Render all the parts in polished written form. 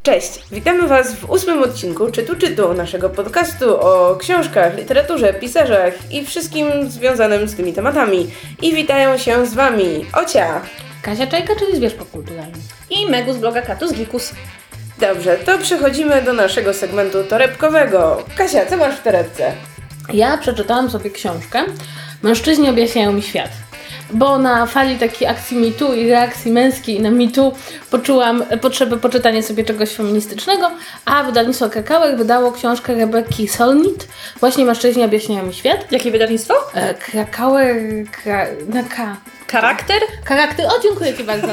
Cześć, witamy Was w 8. odcinku Czytu naszego podcastu o książkach, literaturze, pisarzach i wszystkim związanym z tymi tematami. I witają się z Wami Ocia, Kasia Czajka, czyli Zwierz Popkulturalny, i Megu z bloga Katus Gikus. Dobrze, to przechodzimy do naszego segmentu torebkowego. Kasia, co masz w torebce? Ja przeczytałam sobie książkę Mężczyźni objaśniają mi świat. Bo na fali takiej akcji Me Too i reakcji męskiej na Me Too poczułam potrzebę poczytania sobie czegoś feministycznego, a wydawnictwo Krakauer wydało książkę Rebeki Solnit, właśnie Mężczyźni objaśniają mi świat. Jakie wydawnictwo? Krakauer na K. Charakter? Charakter. O, dziękuję Ci bardzo.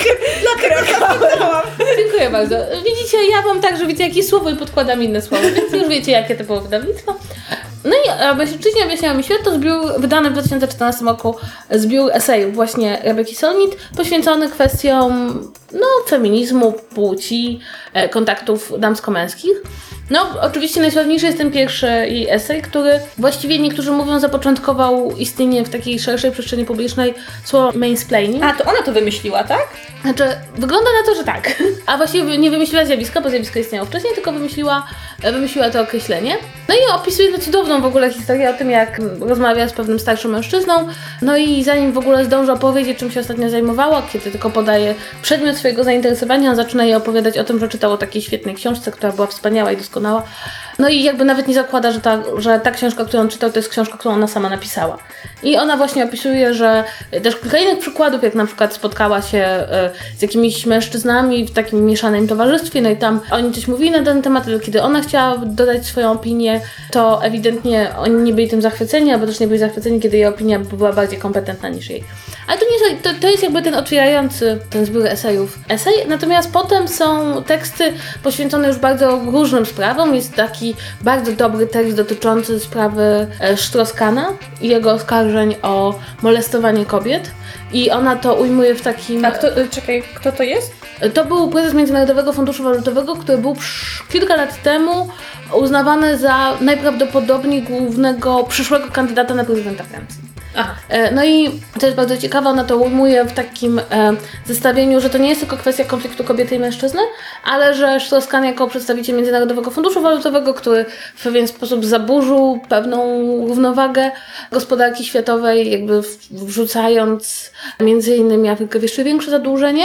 Dla Krakauer. Dziękuję bardzo. Widzicie, ja mam tak, że widzę jakieś słowo i podkładam inne słowo, więc już wiecie, jakie to było wydawnictwo. No i Mężczyźni objaśniają mi świat to zbiór wydany w 2014 roku, zbiór esejów właśnie Rebeki Solnit, poświęcony kwestiom feminizmu, płci, kontaktów damsko-męskich. No, oczywiście najsławniejszy jest ten pierwszy jej esej, który właściwie niektórzy mówią zapoczątkował istnienie w takiej szerszej przestrzeni publicznej słowo mansplaining. A, to ona to wymyśliła, tak? Znaczy, wygląda na to, że tak. A właściwie nie wymyśliła zjawiska, bo zjawisko istniało wcześniej, tylko wymyśliła to określenie. No i opisuje cudowną w ogóle historię o tym, jak rozmawia z pewnym starszym mężczyzną. No i zanim w ogóle zdąży opowiedzieć, czym się ostatnio zajmowała, kiedy tylko podaje przedmiot swojego zainteresowania, on zaczyna jej opowiadać o tym, że czytał o takiej świetnej książce, która była wspaniała i doskonała. No i jakby nawet nie zakłada, że ta książka, którą on czytał, to jest książka, którą ona sama napisała. I ona właśnie opisuje, że też kilka innych przykładów, jak na przykład spotkała się z jakimiś mężczyznami w takim mieszanym towarzystwie, no i tam oni coś mówili na ten temat, ale kiedy ona chciała dodać swoją opinię, to ewidentnie oni nie byli tym zachwyceni, albo też nie byli zachwyceni, kiedy jej opinia była bardziej kompetentna niż jej. Ale to jest jakby ten otwierający ten zbiór esejów esej, natomiast potem są teksty poświęcone już bardzo różnym sprawom. Jest taki bardzo dobry tekst dotyczący sprawy Strauss-Kahna i jego oskarżeń o molestowanie kobiet i ona to ujmuje w takim... A kto to jest? To był prezes Międzynarodowego Funduszu Walutowego, który był kilka lat temu uznawany za najprawdopodobniej głównego przyszłego kandydata na prezydenta Francji. Aha. No i to jest bardzo ciekawe, ona to ujmuje w takim zestawieniu, że to nie jest tylko kwestia konfliktu kobiety i mężczyzny, ale że Strauss-Kahn jako przedstawiciel Międzynarodowego Funduszu Walutowego, który w pewien sposób zaburzył pewną równowagę gospodarki światowej, jakby wrzucając między innymi Afrykę w jeszcze większe zadłużenie.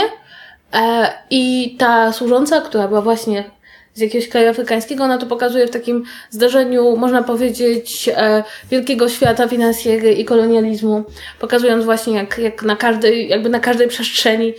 I ta służąca, która była właśnie z jakiegoś kraju afrykańskiego, ona to pokazuje w takim zdarzeniu, można powiedzieć, wielkiego świata finansjery i kolonializmu, pokazując właśnie jak na każdej przestrzeni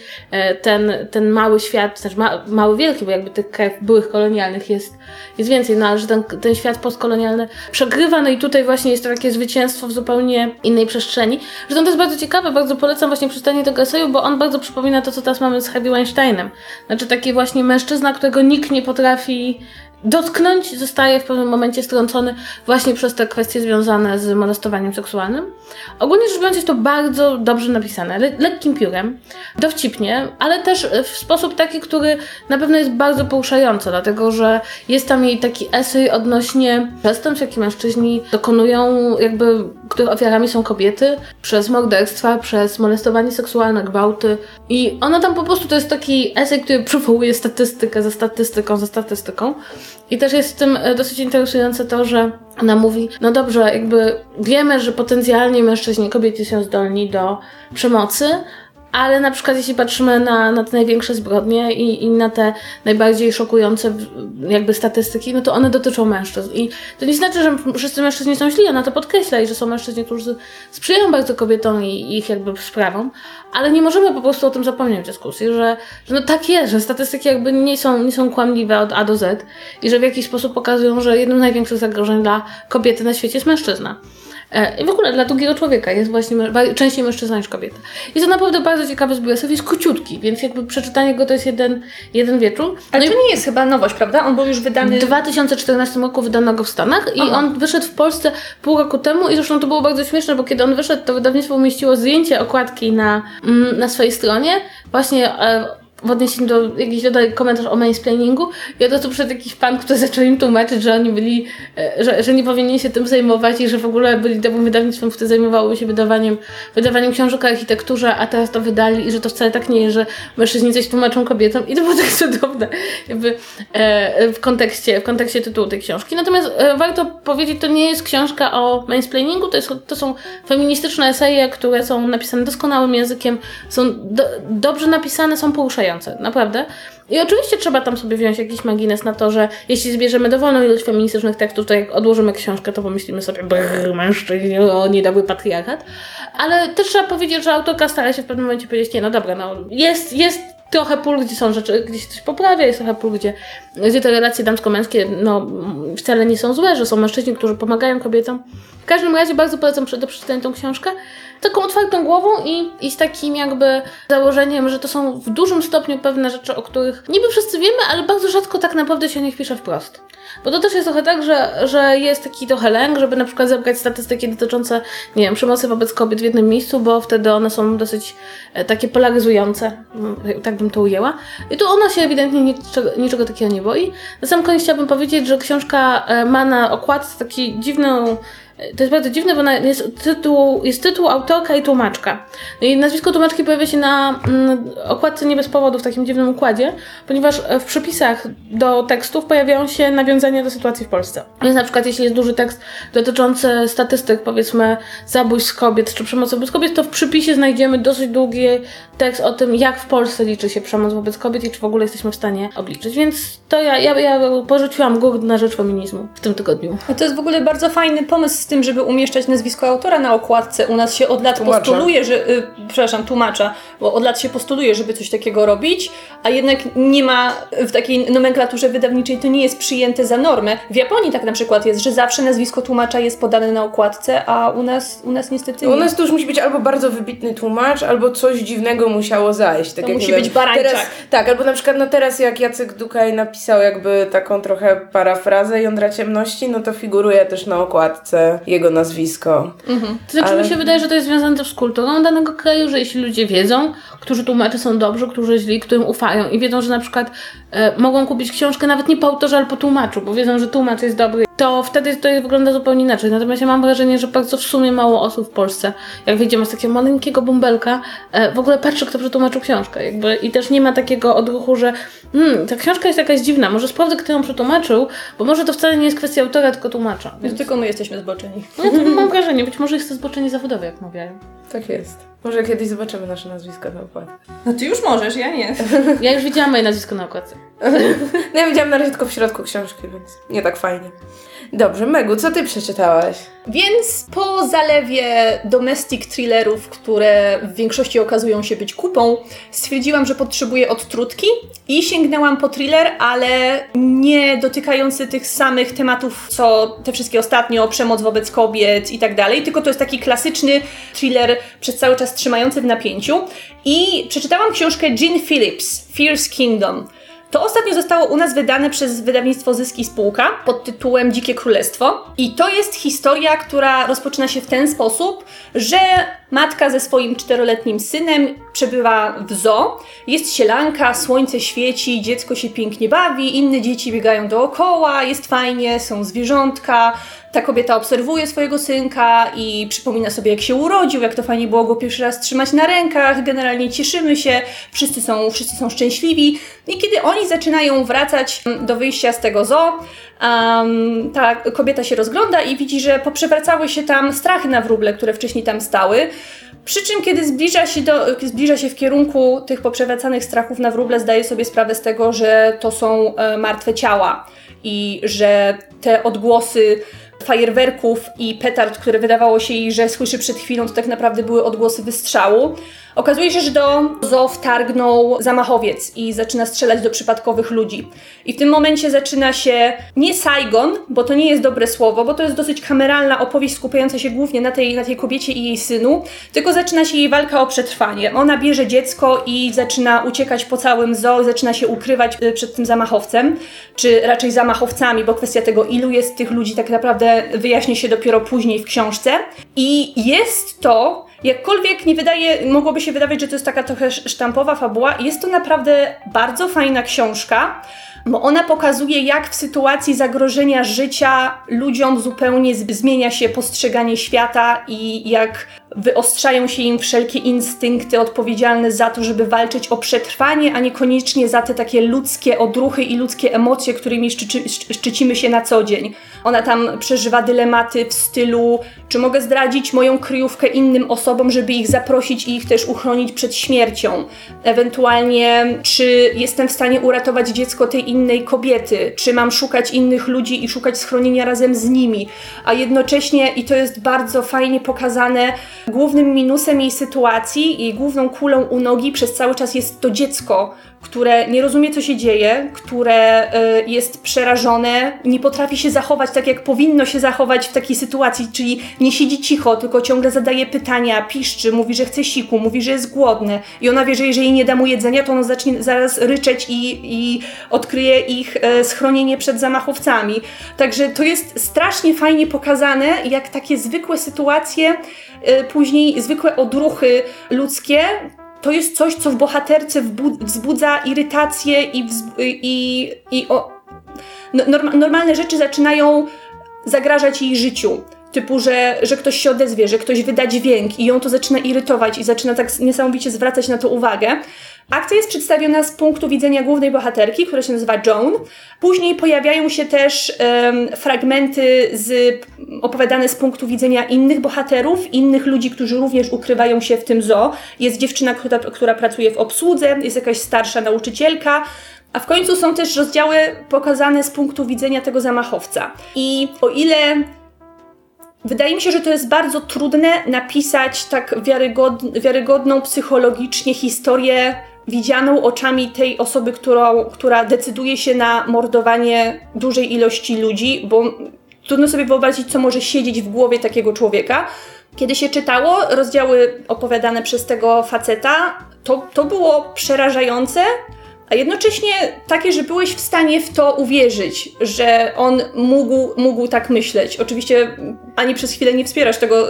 ten mały świat, też mały wielki, bo jakby tych krajów byłych kolonialnych jest więcej, no ale że ten świat postkolonialny przegrywa, no i tutaj właśnie jest to takie zwycięstwo w zupełnie innej przestrzeni. Zresztą to jest bardzo ciekawe, bardzo polecam właśnie przeczytanie tego eseju, bo on bardzo przypomina to, co teraz mamy z Harvey Weinsteinem. Znaczy taki właśnie mężczyzna, którego nikt nie potrafi dotknąć, zostaje w pewnym momencie strącony właśnie przez te kwestie związane z molestowaniem seksualnym. Ogólnie rzecz biorąc jest to bardzo dobrze napisane, lekkim piórem, dowcipnie, ale też w sposób taki, który na pewno jest bardzo poruszający, dlatego że jest tam jej taki esej odnośnie przestępstw, jakie mężczyźni dokonują, których ofiarami są kobiety, przez morderstwa, przez molestowanie seksualne, gwałty. I ona tam po prostu to jest taki esej, który przywołuje statystykę za statystyką. I też jest w tym dosyć interesujące to, że ona mówi, no dobrze, wiemy, że potencjalnie mężczyźni i kobiety są zdolni do przemocy, ale na przykład jeśli patrzymy na te największe zbrodnie i na te najbardziej szokujące statystyki, no to one dotyczą mężczyzn. I to nie znaczy, że wszyscy mężczyźni są źli, ona to podkreśla i że są mężczyźni, którzy sprzyjają bardzo kobietom i ich sprawom, ale nie możemy po prostu o tym zapomnieć w dyskusji, że no tak jest, że statystyki nie są kłamliwe od A do Z i że w jakiś sposób pokazują, że jednym z największych zagrożeń dla kobiety na świecie jest mężczyzna. I w ogóle dla drugiego człowieka jest właśnie częściej mężczyzna niż kobieta. Jest to naprawdę bardzo ciekawy zbiór esejów, jest króciutki, więc przeczytanie go to jest jeden wieczór. Ale to nie jest chyba nowość, prawda? On był już wydany... W 2014 roku wydano go w Stanach i on wyszedł w Polsce pół roku temu i zresztą to było bardzo śmieszne, bo kiedy on wyszedł, to wydawnictwo umieściło zdjęcie okładki na swojej stronie, właśnie w odniesieniu do jakiś dodaje komentarz o mansplainingu i od razu przyszedł jakiś pan, który zaczął im tłumaczyć, że oni byli, że nie powinni się tym zajmować i że w ogóle byli dobrym wydawnictwem, które zajmowało się wydawaniem książek o architekturze, a teraz to wydali i że to wcale tak nie jest, że mężczyźni coś tłumaczą kobietom i to było tak cudowne jakby w kontekście tytułu tej książki. Natomiast warto powiedzieć, to nie jest książka o mansplainingu, to są feministyczne eseje, które są napisane doskonałym językiem, są dobrze napisane, są poruszające, naprawdę. I oczywiście trzeba tam sobie wziąć jakiś margines na to, że jeśli zbierzemy dowolną ilość feministycznych tekstów, to jak odłożymy książkę, to pomyślimy sobie, mężczyźni, o niedobry patriarchat. Ale też trzeba powiedzieć, że autorka stara się w pewnym momencie powiedzieć, nie, no dobra, no jest trochę pól, gdzie są rzeczy, gdzie się coś poprawia, jest trochę pól, gdzie te relacje damsko-męskie no, wcale nie są złe, że są mężczyźni, którzy pomagają kobietom. W każdym razie bardzo polecam do przeczytania tą książkę. Taką otwartą głową i z takim jakby założeniem, że to są w dużym stopniu pewne rzeczy, o których niby wszyscy wiemy, ale bardzo rzadko tak naprawdę się o nich pisze wprost. Bo to też jest trochę tak, że jest taki trochę lęk, żeby na przykład zebrać statystyki dotyczące, nie wiem, przemocy wobec kobiet w jednym miejscu, bo wtedy one są dosyć takie polaryzujące, tak bym to ujęła. I tu ona się ewidentnie niczego takiego nie boi. Na sam koniec chciałabym powiedzieć, że książka ma na okładce taki dziwną. To jest bardzo dziwne, bo jest tytuł autorka i tłumaczka. I nazwisko tłumaczki pojawia się na okładce nie bez powodu w takim dziwnym układzie, ponieważ w przypisach do tekstów pojawiają się nawiązania do sytuacji w Polsce. Więc na przykład jeśli jest duży tekst dotyczący statystyk, powiedzmy zabójstw kobiet czy przemocy wobec kobiet, to w przypisie znajdziemy dosyć długi tekst o tym, jak w Polsce liczy się przemoc wobec kobiet i czy w ogóle jesteśmy w stanie obliczyć. Więc to ja porzuciłam gurt na rzecz feminizmu w tym tygodniu. A to jest w ogóle bardzo fajny pomysł z tym, żeby umieszczać nazwisko autora na okładce. U nas się od lat postuluje, że... tłumacza, bo od lat się postuluje, żeby coś takiego robić, a jednak nie ma w takiej nomenklaturze wydawniczej, to nie jest przyjęte za normę. W Japonii tak na przykład jest, że zawsze nazwisko tłumacza jest podane na okładce, a u nas niestety nie. U nas to już musi być albo bardzo wybitny tłumacz, albo coś dziwnego musiało zajść. Tak to jak, musi być Barańczak. Teraz, tak, albo na przykład no teraz jak Jacek Dukaj napisał jakby taką trochę parafrazę Jądra Ciemności, no to figuruje też na okładce jego nazwisko. To znaczy mi się wydaje, że to jest związane też z kulturą danego kraju, że jeśli ludzie wiedzą, którzy tłumacze są dobrzy, którzy źli, którym ufają i wiedzą, że na przykład mogą kupić książkę nawet nie po autorze, ale po tłumaczu, bo wiedzą, że tłumacz jest dobry, to wtedy to wygląda zupełnie inaczej. Natomiast ja mam wrażenie, że bardzo w sumie mało osób w Polsce, jak wyjdziemy z takiego maleńkiego bąbelka, w ogóle patrzy, kto przetłumaczył książkę. Jakby, i też nie ma takiego odruchu, że ta książka jest jakaś dziwna, może sprawdzę, kto ją przetłumaczył, bo może to wcale nie jest kwestia autora, tylko tłumacza. Więc tylko my jesteśmy zboczeni. No to mam wrażenie, być może jest to zboczenie zawodowe, jak mawiają. Tak jest. Może kiedyś zobaczymy nasze nazwisko na okładce. No ty już możesz, ja nie. Ja już widziałam moje nazwisko na okładce. No ja widziałam na razie tylko w środku książki, więc nie tak fajnie. Dobrze, Megu, co ty przeczytałaś? Więc po zalewie domestic thrillerów, które w większości okazują się być kupą, stwierdziłam, że potrzebuję odtrutki i sięgnęłam po thriller, ale nie dotykający tych samych tematów, co te wszystkie ostatnio, przemoc wobec kobiet i tak dalej, tylko to jest taki klasyczny thriller przez cały czas trzymający w napięciu. I przeczytałam książkę Jean Phillips, Fierce Kingdom. To ostatnio zostało u nas wydane przez wydawnictwo Zysk i Spółka pod tytułem Dzikie Królestwo. I to jest historia, która rozpoczyna się w ten sposób, że matka ze swoim 4-letnim synem przebywa w zoo. Jest sielanka, słońce świeci, dziecko się pięknie bawi, inne dzieci biegają dookoła, jest fajnie, są zwierzątka. Ta kobieta obserwuje swojego synka i przypomina sobie, jak się urodził, jak to fajnie było go pierwszy raz trzymać na rękach. Generalnie cieszymy się, wszyscy są szczęśliwi. I kiedy oni zaczynają wracać do wyjścia z tego zoo, ta kobieta się rozgląda i widzi, że poprzewracały się tam strachy na wróble, które wcześniej tam stały. Przy czym, kiedy zbliża się w kierunku tych poprzewracanych strachów na wróble, zdaje sobie sprawę z tego, że to są martwe ciała i że te odgłosy fajerwerków i petard, które wydawało się jej, że słyszy przed chwilą, to tak naprawdę były odgłosy wystrzału. Okazuje się, że do zoo wtargnął zamachowiec i zaczyna strzelać do przypadkowych ludzi. I w tym momencie zaczyna się nie Saigon, bo to nie jest dobre słowo, bo to jest dosyć kameralna opowieść skupiająca się głównie na tej kobiecie i jej synu, tylko zaczyna się jej walka o przetrwanie. Ona bierze dziecko i zaczyna uciekać po całym zoo, zaczyna się ukrywać przed tym zamachowcem, czy raczej zamachowcami, bo kwestia tego, ilu jest tych ludzi, tak naprawdę wyjaśni się dopiero później w książce. I jest to, jakkolwiek nie mogłoby się się wydawać, że to jest taka trochę sztampowa fabuła. Jest to naprawdę bardzo fajna książka, bo ona pokazuje, jak w sytuacji zagrożenia życia ludziom zupełnie zmienia się postrzeganie świata i jak wyostrzają się im wszelkie instynkty odpowiedzialne za to, żeby walczyć o przetrwanie, a niekoniecznie za te takie ludzkie odruchy i ludzkie emocje, którymi szczycimy się na co dzień. Ona tam przeżywa dylematy w stylu, czy mogę zdradzić moją kryjówkę innym osobom, żeby ich zaprosić i ich też uchronić przed śmiercią. Ewentualnie, czy jestem w stanie uratować dziecko tej innej kobiety, czy mam szukać innych ludzi i szukać schronienia razem z nimi. A jednocześnie, i to jest bardzo fajnie pokazane, głównym minusem jej sytuacji, jej główną kulą u nogi przez cały czas jest to dziecko, które nie rozumie, co się dzieje, które jest przerażone, nie potrafi się zachować tak, jak powinno się zachować w takiej sytuacji, czyli nie siedzi cicho, tylko ciągle zadaje pytania, piszczy, mówi, że chce siku, mówi, że jest głodny i ona wie, że jeżeli nie da mu jedzenia, to on zacznie zaraz ryczeć i odkryje ich schronienie przed zamachowcami. Także to jest strasznie fajnie pokazane, jak takie zwykłe sytuacje, później zwykłe odruchy ludzkie, to jest coś, co w bohaterce wzbudza irytację normalne rzeczy zaczynają zagrażać jej życiu. Typu, że ktoś się odezwie, że ktoś wyda dźwięk i ją to zaczyna irytować i zaczyna tak niesamowicie zwracać na to uwagę. Akcja jest przedstawiona z punktu widzenia głównej bohaterki, która się nazywa Joan. Później pojawiają się też fragmenty opowiadane z punktu widzenia innych bohaterów, innych ludzi, którzy również ukrywają się w tym zoo. Jest dziewczyna, która pracuje w obsłudze, jest jakaś starsza nauczycielka, a w końcu są też rozdziały pokazane z punktu widzenia tego zamachowca. I o ile wydaje mi się, że to jest bardzo trudne napisać tak wiarygodną psychologicznie historię widzianą oczami tej osoby, która decyduje się na mordowanie dużej ilości ludzi, bo trudno sobie wyobrazić, co może siedzieć w głowie takiego człowieka. Kiedy się czytało rozdziały opowiadane przez tego faceta, to było przerażające, a jednocześnie takie, że byłeś w stanie w to uwierzyć, że on mógł tak myśleć. Oczywiście ani przez chwilę nie wspierasz tego,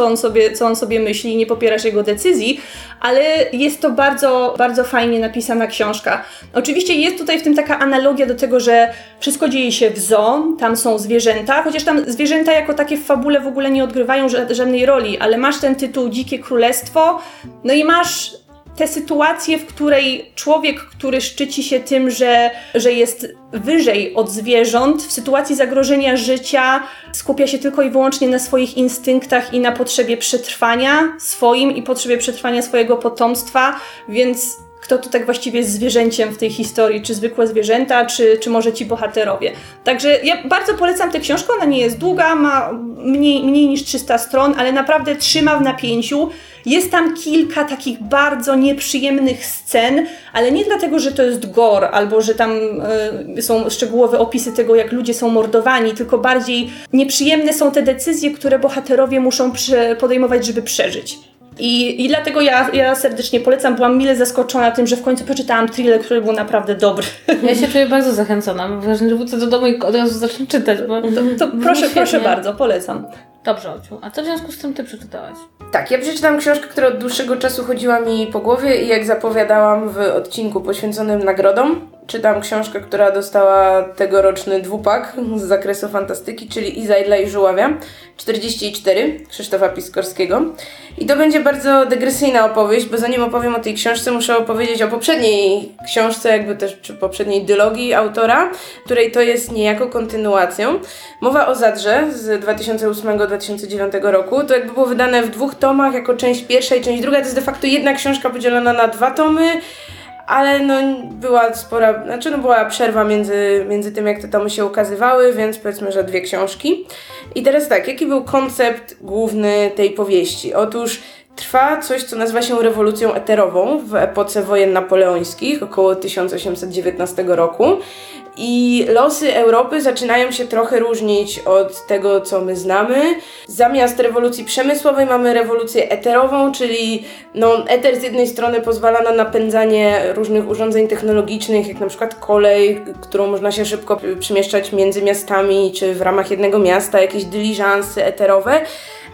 co on sobie myśli, nie popierasz jego decyzji, ale jest to bardzo, bardzo fajnie napisana książka. Oczywiście jest tutaj w tym taka analogia do tego, że wszystko dzieje się w zoo, tam są zwierzęta, chociaż tam zwierzęta jako takie w fabule w ogóle nie odgrywają żadnej roli, ale masz ten tytuł Dzikie Królestwo, no i masz tę sytuację, w której człowiek, który szczyci się tym, że jest wyżej od zwierząt, w sytuacji zagrożenia życia skupia się tylko i wyłącznie na swoich instynktach i na potrzebie przetrwania swoim i potrzebie przetrwania swojego potomstwa, więc kto tu tak właściwie jest zwierzęciem w tej historii, czy zwykłe zwierzęta, czy może ci bohaterowie. Także ja bardzo polecam tę książkę, ona nie jest długa, ma mniej niż 300 stron, ale naprawdę trzyma w napięciu. Jest tam kilka takich bardzo nieprzyjemnych scen, ale nie dlatego, że to jest gore, albo że tam są szczegółowe opisy tego, jak ludzie są mordowani, tylko bardziej nieprzyjemne są te decyzje, które bohaterowie muszą podejmować, żeby przeżyć. I dlatego ja serdecznie polecam. Byłam mile zaskoczona tym, że w końcu przeczytałam thriller, który był naprawdę dobry. Ja się czuję bardzo zachęcona. Mam wrażenie, że wrócę do domu i od razu zacznę czytać. Bo to proszę bardzo, polecam. Dobrze, Ociu. A co w związku z tym ty przeczytałaś? Tak, ja przeczytałam książkę, która od dłuższego czasu chodziła mi po głowie i jak zapowiadałam w odcinku poświęconym nagrodom, czytam książkę, która dostała tegoroczny dwupak z zakresu fantastyki, czyli Izajdla i Żuławia 44 Krzysztofa Piskorskiego. I to będzie bardzo dygresyjna opowieść, bo zanim opowiem o tej książce, muszę opowiedzieć o poprzedniej książce, jakby też czy poprzedniej dylogii autora, której to jest niejako kontynuacją. Mowa o Zadrze z 2008-2009 roku. To jakby było wydane w 2 tomach jako część pierwsza i część druga. To jest de facto jedna książka podzielona na 2 tomy, ale była przerwa między tym, jak te tomy się ukazywały, więc powiedzmy, że 2 książki. I teraz tak, jaki był koncept główny tej powieści? Otóż trwa coś, co nazywa się rewolucją eterową w epoce wojen napoleońskich, około 1819 roku. I losy Europy zaczynają się trochę różnić od tego, co my znamy. Zamiast rewolucji przemysłowej mamy rewolucję eterową, czyli eter z jednej strony pozwala na napędzanie różnych urządzeń technologicznych, jak na przykład kolej, którą można się szybko przemieszczać między miastami, czy w ramach jednego miasta, jakieś dyliżansy eterowe.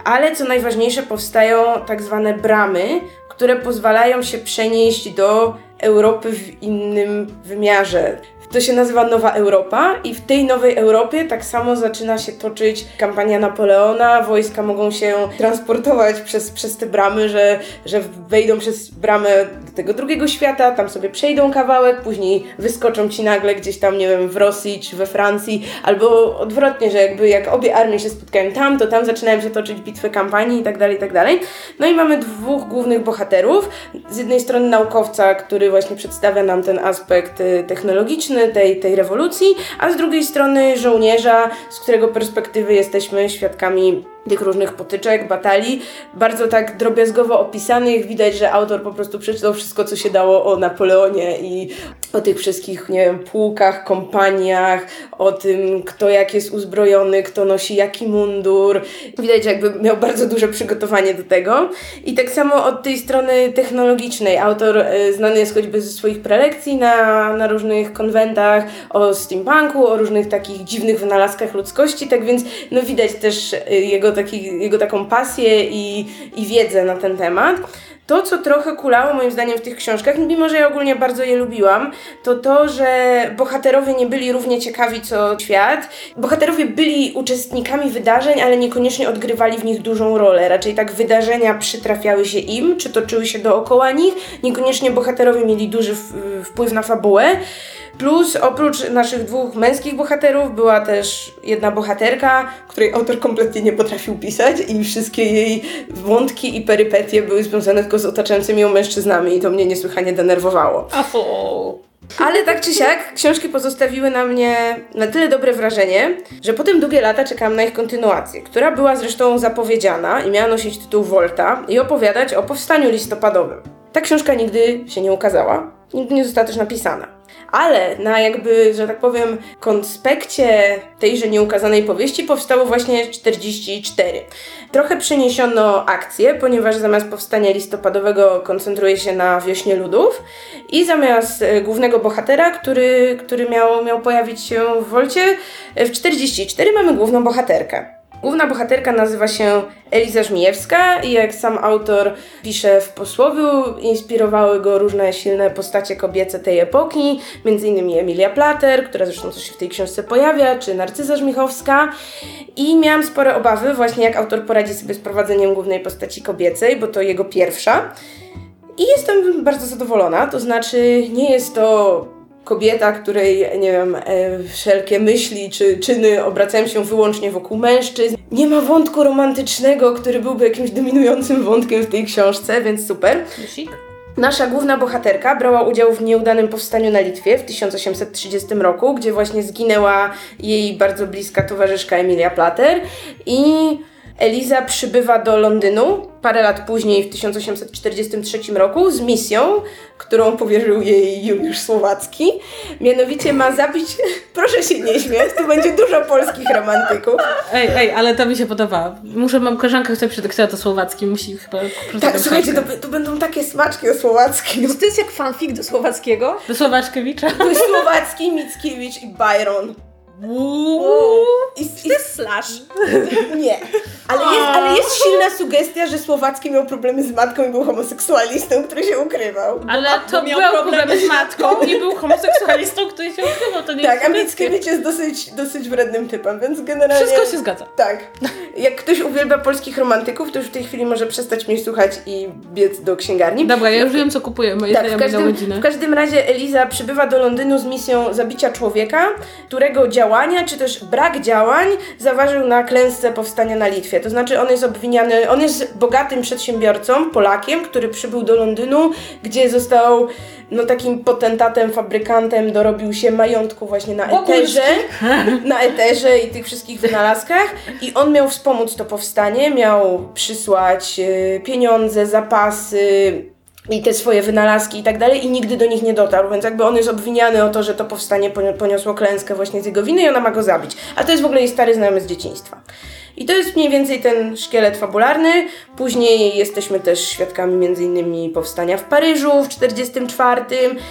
ale co najważniejsze powstają tak zwane bramy, które pozwalają się przenieść do Europy w innym wymiarze. To się nazywa Nowa Europa i w tej Nowej Europie tak samo zaczyna się toczyć kampania Napoleona. Wojska mogą się transportować przez te bramy, że wejdą przez bramę do tego drugiego świata, tam sobie przejdą kawałek, później wyskoczą ci nagle gdzieś tam, nie wiem, w Rosji czy we Francji, albo odwrotnie, że jakby jak obie armie się spotkają tam, to tam zaczynają się toczyć bitwy kampanii i tak dalej, i tak dalej. No i mamy dwóch głównych bohaterów. Z jednej strony naukowca, który właśnie przedstawia nam ten aspekt technologiczny, tej rewolucji, a z drugiej strony żołnierza, z którego perspektywy jesteśmy świadkami tych różnych potyczek, batalii, bardzo tak drobiazgowo opisanych. Widać, że autor po prostu przeczytał wszystko, co się dało o Napoleonie i o tych wszystkich, nie wiem, pułkach, kompaniach, o tym, kto jak jest uzbrojony, kto nosi jaki mundur. Widać, że jakby miał bardzo duże przygotowanie do tego. I tak samo od tej strony technologicznej. Autor znany jest choćby ze swoich prelekcji na różnych konwentach o steampunku, o różnych takich dziwnych wynalazkach ludzkości, tak więc no widać też jego taką pasję i wiedzę na ten temat. To, co trochę kulało moim zdaniem w tych książkach, mimo że ja ogólnie bardzo je lubiłam, to, że bohaterowie nie byli równie ciekawi co świat. Bohaterowie byli uczestnikami wydarzeń, ale niekoniecznie odgrywali w nich dużą rolę. Raczej tak wydarzenia przytrafiały się im, czy toczyły się dookoła nich. Niekoniecznie bohaterowie mieli duży wpływ na fabułę. Plus oprócz naszych dwóch męskich bohaterów była też jedna bohaterka, której autor kompletnie nie potrafił pisać i wszystkie jej wątki i perypetie były związane tylko z otaczającymi ją mężczyznami i to mnie niesłychanie denerwowało. Ale tak czy siak, książki pozostawiły na mnie na tyle dobre wrażenie, że potem długie lata czekałam na ich kontynuację, która była zresztą zapowiedziana i miała nosić tytuł Volta i opowiadać o powstaniu listopadowym. Ta książka nigdy się nie ukazała, nigdy nie została też napisana. Ale na jakby, że tak powiem, konspekcie tejże nieukazanej powieści powstało właśnie 44. Trochę przeniesiono akcję, ponieważ zamiast powstania listopadowego koncentruje się na wiośnie ludów i zamiast głównego bohatera, który miał pojawić się w Wolcie, w 44 mamy główną bohaterkę. Główna bohaterka nazywa się Eliza Żmijewska i jak sam autor pisze w posłowiu, inspirowały go różne silne postacie kobiece tej epoki, m.in. Emilia Plater, która zresztą też się w tej książce pojawia, czy Narcyza Żmichowska. I miałam spore obawy właśnie, jak autor poradzi sobie z prowadzeniem głównej postaci kobiecej, bo to jego pierwsza. I jestem bardzo zadowolona, to znaczy nie jest to kobieta, której, nie wiem, wszelkie myśli czy czyny obracają się wyłącznie wokół mężczyzn. Nie ma wątku romantycznego, który byłby jakimś dominującym wątkiem w tej książce, więc super. Nasza główna bohaterka brała udział w nieudanym powstaniu na Litwie w 1830 roku, gdzie właśnie zginęła jej bardzo bliska towarzyszka Emilia Plater i Eliza przybywa do Londynu parę lat później, w 1843 roku, z misją, którą powierzył jej Juliusz Słowacki. Mianowicie ma zabić... Proszę się nie śmiać, tu będzie dużo polskich romantyków. Ej, ale to mi się podoba. Mam koleżankę, która przedyktowała to Słowacki, musi chyba... Tak, słuchajcie, to będą takie smaczki o Słowackim. To jest jak fanfic do Słowackiego? Do Słowaczkiewicza. To jest Słowacki, Mickiewicz i Byron. To jest slash. Nie. Ale jest silna sugestia, że Słowacki miał problemy z matką i był homoseksualistą, który się ukrywał. Ale to miał problemy z matką i był homoseksualistą, który się ukrywał. To nie tak, a Mickiewicz jest dosyć wrednym typem, więc generalnie... Wszystko się zgadza. Tak. Jak ktoś uwielbia polskich romantyków, to już w tej chwili może przestać mnie słuchać i biec do księgarni. Dobra, ja już wiem, co kupuję. W każdym razie Eliza przybywa do Londynu z misją zabicia człowieka, którego działania, czy też brak działań zaważył na klęsce powstania na Litwie. To znaczy on jest bogatym przedsiębiorcą, Polakiem, który przybył do Londynu, gdzie został takim potentatem, fabrykantem, dorobił się majątku właśnie na eterze i tych wszystkich wynalazkach i on miał wspomóc to powstanie, miał przysłać pieniądze, zapasy i te swoje wynalazki i tak dalej i nigdy do nich nie dotarł, więc jakby on jest obwiniany o to, że to powstanie poniosło klęskę właśnie z jego winy i ona ma go zabić. A to jest w ogóle jej stary znajomy z dzieciństwa. I to jest mniej więcej ten szkielet fabularny. Później jesteśmy też świadkami m.in. powstania w Paryżu w 1944.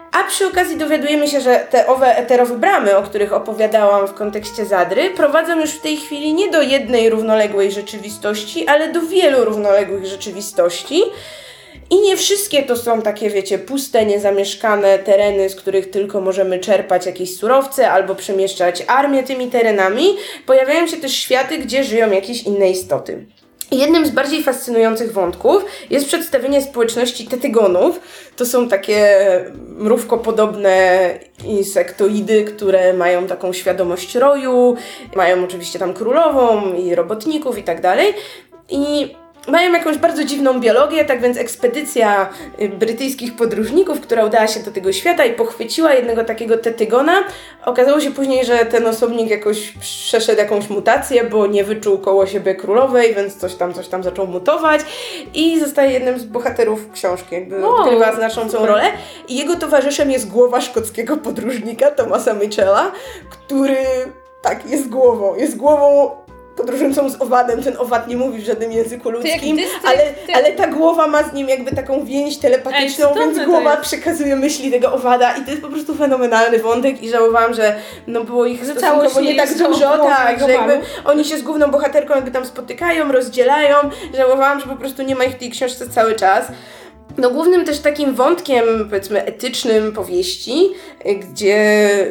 A przy okazji dowiadujemy się, że te owe eterowe bramy, o których opowiadałam w kontekście Zadry, prowadzą już w tej chwili nie do jednej równoległej rzeczywistości, ale do wielu równoległych rzeczywistości. I nie wszystkie to są takie, wiecie, puste, niezamieszkane tereny, z których tylko możemy czerpać jakieś surowce albo przemieszczać armię tymi terenami. Pojawiają się też światy, gdzie żyją jakieś inne istoty. Jednym z bardziej fascynujących wątków jest przedstawienie społeczności tetygonów. To są takie mrówkopodobne insektoidy, które mają taką świadomość roju, mają oczywiście tam królową i robotników i tak dalej. I mają jakąś bardzo dziwną biologię, tak więc ekspedycja brytyjskich podróżników, która udała się do tego świata i pochwyciła jednego takiego tetygona. Okazało się później, że ten osobnik jakoś przeszedł jakąś mutację, bo nie wyczuł koło siebie królowej, więc coś tam zaczął mutować i zostaje jednym z bohaterów książki, jakby odgrywa znaczącą rolę. I jego towarzyszem jest głowa szkockiego podróżnika, Thomasa Mitchella, który jest głową podróżującą z owadem. Ten owad nie mówi w żadnym języku ludzkim, ale ta głowa ma z nim jakby taką więź telepatyczną, więc głowa przekazuje myśli tego owada i to jest po prostu fenomenalny wątek i żałowałam, że było ich stosunkowo nie tak dużo, że jakby oni się z główną bohaterką jakby tam spotykają, rozdzielają. Żałowałam, że po prostu nie ma ich w tej książce cały czas. Głównym też takim wątkiem, powiedzmy, etycznym powieści, gdzie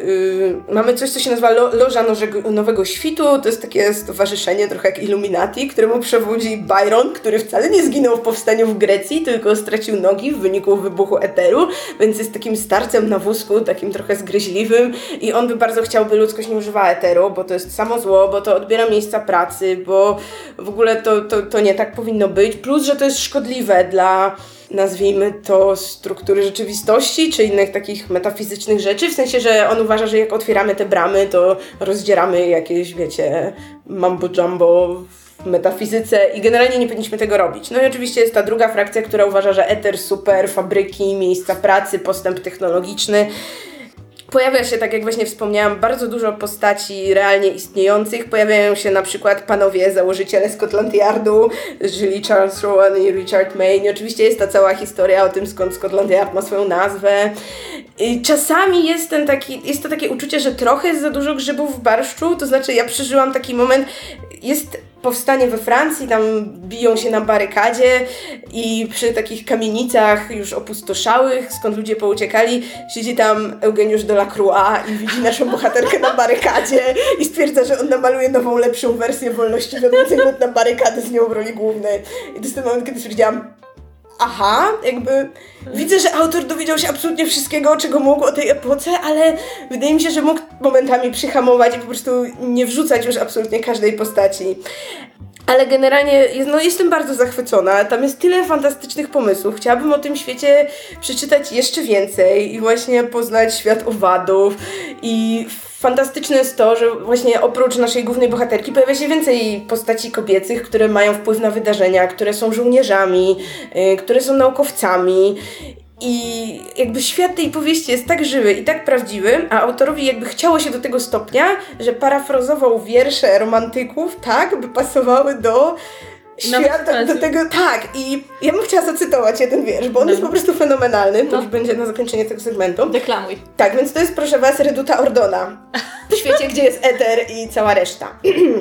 mamy coś, co się nazywa Loża Nowego Świtu. To jest takie stowarzyszenie, trochę jak Illuminati, któremu przewodzi Byron, który wcale nie zginął w powstaniu w Grecji, tylko stracił nogi w wyniku wybuchu eteru, więc jest takim starcem na wózku, takim trochę zgryźliwym i on by bardzo chciał, by ludzkość nie używała eteru, bo to jest samo zło, bo to odbiera miejsca pracy, bo w ogóle to nie tak powinno być, plus, że to jest szkodliwe dla, nazwijmy to, struktury rzeczywistości, czy innych takich metafizycznych rzeczy, w sensie, że on uważa, że jak otwieramy te bramy, to rozdzieramy jakieś, wiecie, mambo-jumbo w metafizyce i generalnie nie powinniśmy tego robić. No i oczywiście jest ta druga frakcja, która uważa, że eter super, fabryki, miejsca pracy, postęp technologiczny. Pojawia się, tak jak właśnie wspomniałam, bardzo dużo postaci realnie istniejących. Pojawiają się na przykład panowie założyciele Scotland Yardu, czyli Charles Rowan i Richard Mayne. I oczywiście jest ta cała historia o tym, skąd Scotland Yard ma swoją nazwę. I czasami jest to takie uczucie, że trochę jest za dużo grzybów w barszczu. To znaczy, ja przeżyłam taki moment, jest powstanie we Francji, tam biją się na barykadzie i przy takich kamienicach już opustoszałych, skąd ludzie pouciekali, siedzi tam Eugeniusz Delacroix i widzi naszą bohaterkę na barykadzie i stwierdza, że on namaluje nową, lepszą wersję wolności wiodącej lud na barykadę z nią w roli głównej. I to jest ten moment, kiedy stwierdziłam, jakby widzę, że autor dowiedział się absolutnie wszystkiego, czego mógł o tej epoce, ale wydaje mi się, że mógł momentami przyhamować i po prostu nie wrzucać już absolutnie każdej postaci. Ale generalnie jestem bardzo zachwycona. Tam jest tyle fantastycznych pomysłów. Chciałabym o tym świecie przeczytać jeszcze więcej i właśnie poznać świat owadów. I fantastyczne jest to, że właśnie oprócz naszej głównej bohaterki pojawia się więcej postaci kobiecych, które mają wpływ na wydarzenia, które są żołnierzami, które są naukowcami. I jakby świat tej powieści jest tak żywy i tak prawdziwy, a autorowi jakby chciało się do tego stopnia, że parafrazował wiersze romantyków tak, by pasowały do świata, do tego, tak. I ja bym chciała zacytować jeden wiersz, bo on jest po prostu fenomenalny. To już będzie na zakończenie tego segmentu. Deklamuj. Tak, więc to jest, proszę was, Reduta Ordona. W świecie, gdzie jest eter i cała reszta.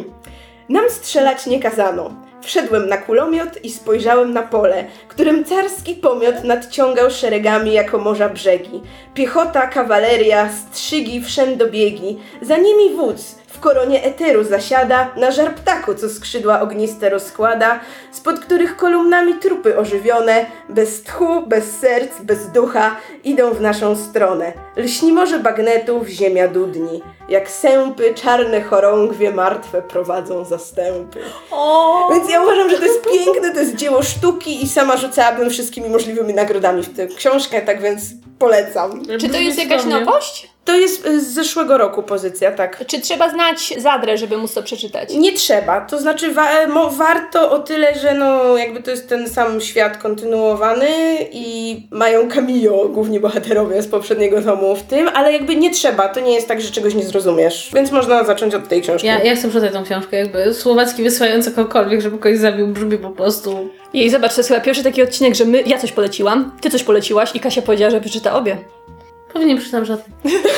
Nam strzelać nie kazano. Wszedłem na kulomiot i spojrzałem na pole, którym carski pomiot nadciągał szeregami jako morza brzegi. Piechota, kawaleria, strzygi, wszędobiegi. Za nimi wódz w koronie eteru zasiada, na żar ptaku, co skrzydła ogniste rozkłada, spod których kolumnami trupy ożywione, bez tchu, bez serc, bez ducha, idą w naszą stronę. Lśni morze bagnetów, ziemia dudni. Jak sępy, czarne chorągwie martwe prowadzą zastępy. Więc ja uważam, że to jest piękne, to jest dzieło sztuki i sama rzucałabym wszystkimi możliwymi nagrodami w tę książkę, tak więc polecam. Czy to jest jakaś nowość? To jest z zeszłego roku pozycja, tak. Czy trzeba znać Zadrę, żeby móc to przeczytać? Nie trzeba, to znaczy warto o tyle, że jakby to jest ten sam świat kontynuowany i mają cameo główni bohaterowie z poprzedniego tomu w tym, ale jakby nie trzeba, to nie jest tak, że czegoś nie zrozumiesz, więc można zacząć od tej książki. Ja chcę przeczytać tą książkę, jakby słowacki wysyłający kogokolwiek, żeby kogoś zabił, brzmi po prostu... I zobacz, to jest chyba pierwszy taki odcinek, że ja coś poleciłam, ty coś poleciłaś i Kasia powiedziała, że przeczyta obie. Pewnie przeczytam żadne.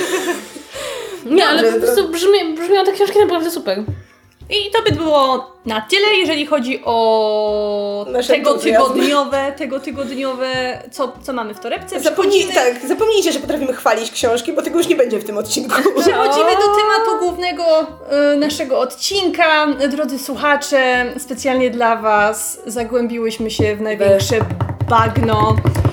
Nie, ale po prostu brzmią te książki naprawdę super. I to by było na tyle, jeżeli chodzi o Nasze tegotygodniowe, co mamy w torebce. Zapomnijcie, że potrafimy chwalić książki, bo tego już nie będzie w tym odcinku. Przechodzimy do tematu głównego naszego odcinka. Drodzy słuchacze, specjalnie dla Was zagłębiłyśmy się w największe bagno.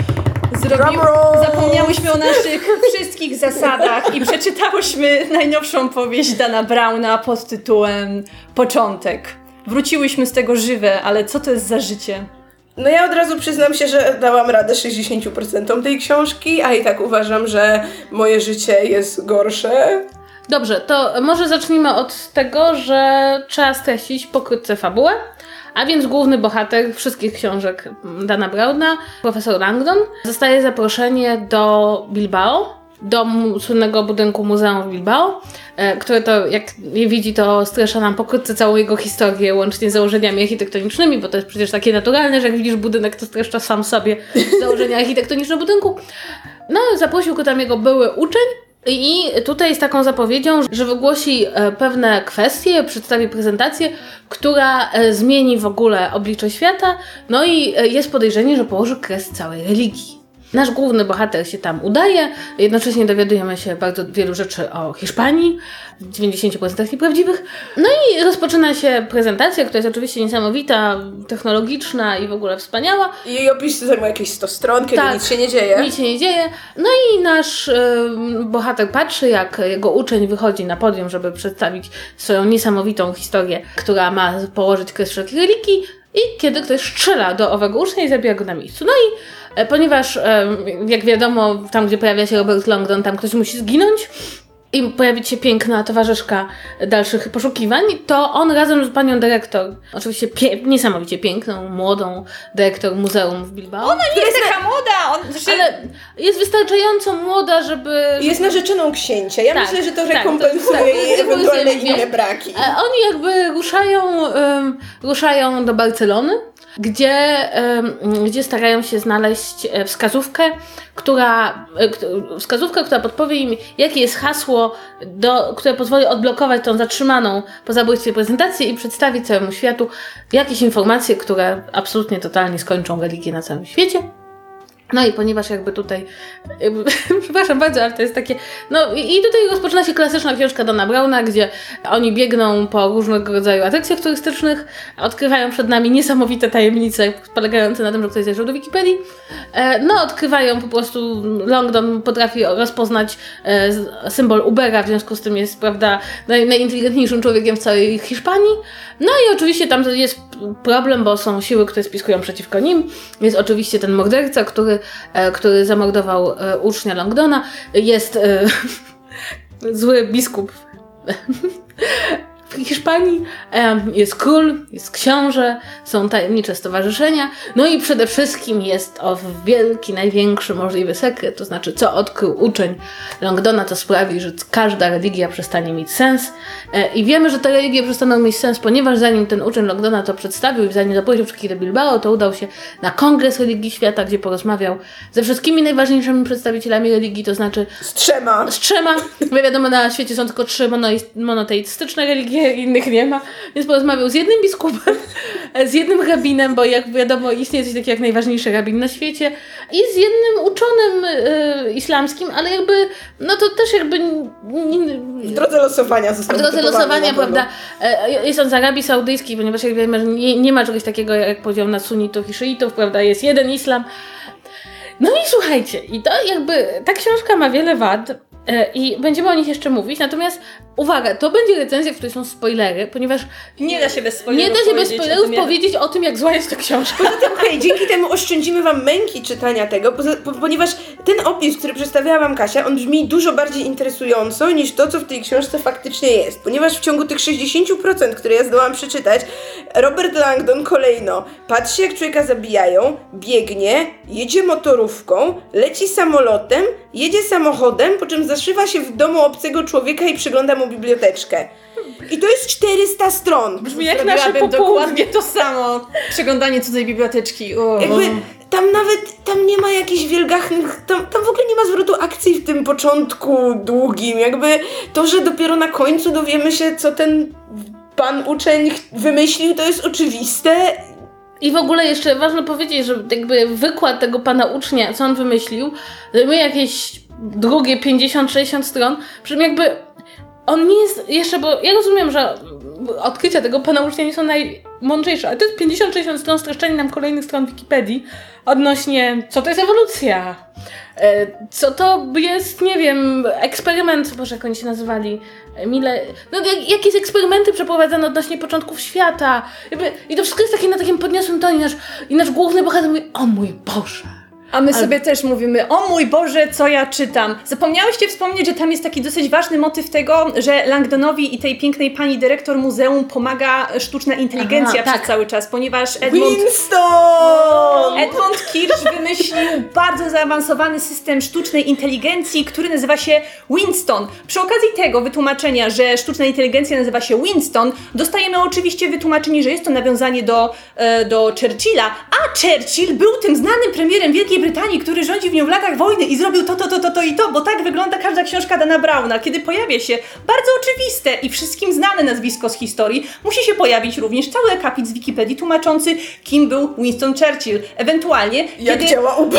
Zapomniałyśmy o naszych wszystkich zasadach i przeczytałyśmy najnowszą powieść Dana Browna pod tytułem Początek. Wróciłyśmy z tego żywe, ale co to jest za życie? No ja od razu przyznam się, że dałam radę 60% tej książki, a i tak uważam, że moje życie jest gorsze. Dobrze, to może zacznijmy od tego, że trzeba streścić pokrótce fabułę. A więc główny bohater wszystkich książek Dana Browna, profesor Langdon, dostaje zaproszenie do Bilbao, do słynnego budynku muzeum w Bilbao, które to, jak widzi, to streszcza nam pokrótce całą jego historię, łącznie z założeniami architektonicznymi, bo to jest przecież takie naturalne, że jak widzisz budynek, to streszcza sam sobie założenia architektoniczne budynku. No, zaprosił go tam jego były uczeń, i tutaj jest taką zapowiedzią, że wygłosi pewne kwestie, przedstawi prezentację, która zmieni w ogóle oblicze świata, no i jest podejrzenie, że położy kres całej religii. Nasz główny bohater się tam udaje, jednocześnie dowiadujemy się bardzo wielu rzeczy o Hiszpanii, w 90% nieprawdziwych. No i rozpoczyna się prezentacja, która jest oczywiście niesamowita, technologiczna i w ogóle wspaniała. I jej opisy zajmują jakieś 100 stron, kiedy nic się nie dzieje. Nic się nie dzieje. No i nasz bohater patrzy, jak jego uczeń wychodzi na podium, żeby przedstawić swoją niesamowitą historię, która ma położyć kres wszelkiej religii, i kiedy ktoś strzela do owego ucznia i zabija go na miejscu. No i ponieważ, jak wiadomo, tam gdzie pojawia się Robert Langdon, tam ktoś musi zginąć i pojawić się piękna towarzyszka dalszych poszukiwań, to on razem z panią dyrektor, oczywiście niesamowicie piękną, młodą dyrektor muzeum w Bilbao. Ona nie jest taka młoda! Ale jest wystarczająco młoda, żeby... Jest narzeczoną księcia. Ja myślę, że to rekompensuje jej ewentualne inne braki. Oni jakby ruszają do Barcelony, gdzie starają się znaleźć wskazówkę, która podpowie im, jakie jest hasło, które pozwoli odblokować tą zatrzymaną po zabójstwie prezentację i przedstawić całemu światu jakieś informacje, które absolutnie totalnie skończą religię na całym świecie. No i ponieważ jakby tutaj, przepraszam bardzo, ale to jest takie, no i tutaj rozpoczyna się klasyczna książka Dana Browna, gdzie oni biegną po różnego rodzaju atrakcjach turystycznych, odkrywają przed nami niesamowite tajemnice polegające na tym, że ktoś zajrzał do Wikipedii. No odkrywają po prostu, Langdon potrafi rozpoznać symbol Ubera, w związku z tym jest, prawda, najinteligentniejszym człowiekiem w całej Hiszpanii. No i oczywiście tam jest problem, bo są siły, które spiskują przeciwko nim. Jest oczywiście ten morderca, który zamordował ucznia Langdona. Jest zły biskup w Hiszpanii, jest król, jest książę, są tajemnicze stowarzyszenia, no i przede wszystkim jest wielki, największy możliwy sekret, to znaczy co odkrył uczeń Langdona, to sprawi, że każda religia przestanie mieć sens i wiemy, że te religie przestaną mieć sens, ponieważ zanim ten uczeń Langdona to przedstawił i zanim zaprosił wszystkich do Bilbao, to udał się na Kongres Religii Świata, gdzie porozmawiał ze wszystkimi najważniejszymi przedstawicielami religii, to znaczy z trzema. Wiadomo, na świecie są tylko 3 monoteistyczne religie, innych nie ma, więc porozmawiał z jednym biskupem, z jednym rabinem, bo jak wiadomo istnieje coś takiego jak najważniejszy rabin na świecie, i z jednym uczonym islamskim, ale jakby, no to też jakby w drodze losowania został prawda, jest on z Arabii Saudyjskiej, ponieważ jak wiemy, że nie ma czegoś takiego jak podział na sunnitów i szyitów, prawda, jest jeden islam. No i słuchajcie, i to jakby, ta książka ma wiele wad, i będziemy o nich jeszcze mówić, natomiast uwaga, to będzie recenzja, w której są spoilery, ponieważ nie da się bez spoilerów powiedzieć o tym, jak zła jest ta książka. Poza tym, dzięki temu oszczędzimy wam męki czytania tego, ponieważ ten opis, który przedstawiała wam Kasia, on brzmi dużo bardziej interesująco niż to, co w tej książce faktycznie jest. Ponieważ w ciągu tych 60%, które ja zdołam przeczytać, Robert Langdon kolejno patrzy, jak człowieka zabijają, biegnie, jedzie motorówką, leci samolotem, jedzie samochodem, po czym zaszywa się w domu obcego człowieka i przygląda mu biblioteczkę. I to jest 400 stron. Brzmi jak nasze popołudnie. Dokładnie to samo. Przeglądanie cudzej biblioteczki. Jakby tam nie ma jakichś wielgachnych, tam w ogóle nie ma zwrotu akcji w tym początku długim, jakby to, że dopiero na końcu dowiemy się, co ten pan uczeń wymyślił, to jest oczywiste. I w ogóle jeszcze ważne powiedzieć, że jakby wykład tego pana ucznia, co on wymyślił, zajmuje jakieś drugie 50-60 stron, przy czym jakby on nie jest jeszcze, bo ja rozumiem, że odkrycia tego pana ucznia nie są najmądrzejsze, ale to jest 50-60 stron streszczenia nam kolejnych stron Wikipedii odnośnie, co to jest ewolucja, co to jest, nie wiem, eksperyment, boże, jak oni się nazywali, jakieś eksperymenty przeprowadzane odnośnie początków świata, i to wszystko jest takie na takim podniosłym tonie, i nasz główny bohater mówi, o mój Boże. A my sobie też mówimy, o mój Boże, co ja czytam. Zapomniałyście wspomnieć, że tam jest taki dosyć ważny motyw tego, że Langdonowi i tej pięknej pani dyrektor muzeum pomaga sztuczna inteligencja przez cały czas, ponieważ Edmund Kirsch wymyślił bardzo zaawansowany system sztucznej inteligencji, który nazywa się Winston. Przy okazji tego wytłumaczenia, że sztuczna inteligencja nazywa się Winston, dostajemy oczywiście wytłumaczenie, że jest to nawiązanie do Churchilla, a Churchill był tym znanym premierem Wielkiej Brytanii, który rządzi w nią w latach wojny i zrobił to i to, bo tak wygląda każda książka Dana Browna. Kiedy pojawia się bardzo oczywiste i wszystkim znane nazwisko z historii, musi się pojawić również cały akapit z Wikipedii tłumaczący, kim był Winston Churchill. Ewentualnie, Jak działa Uber,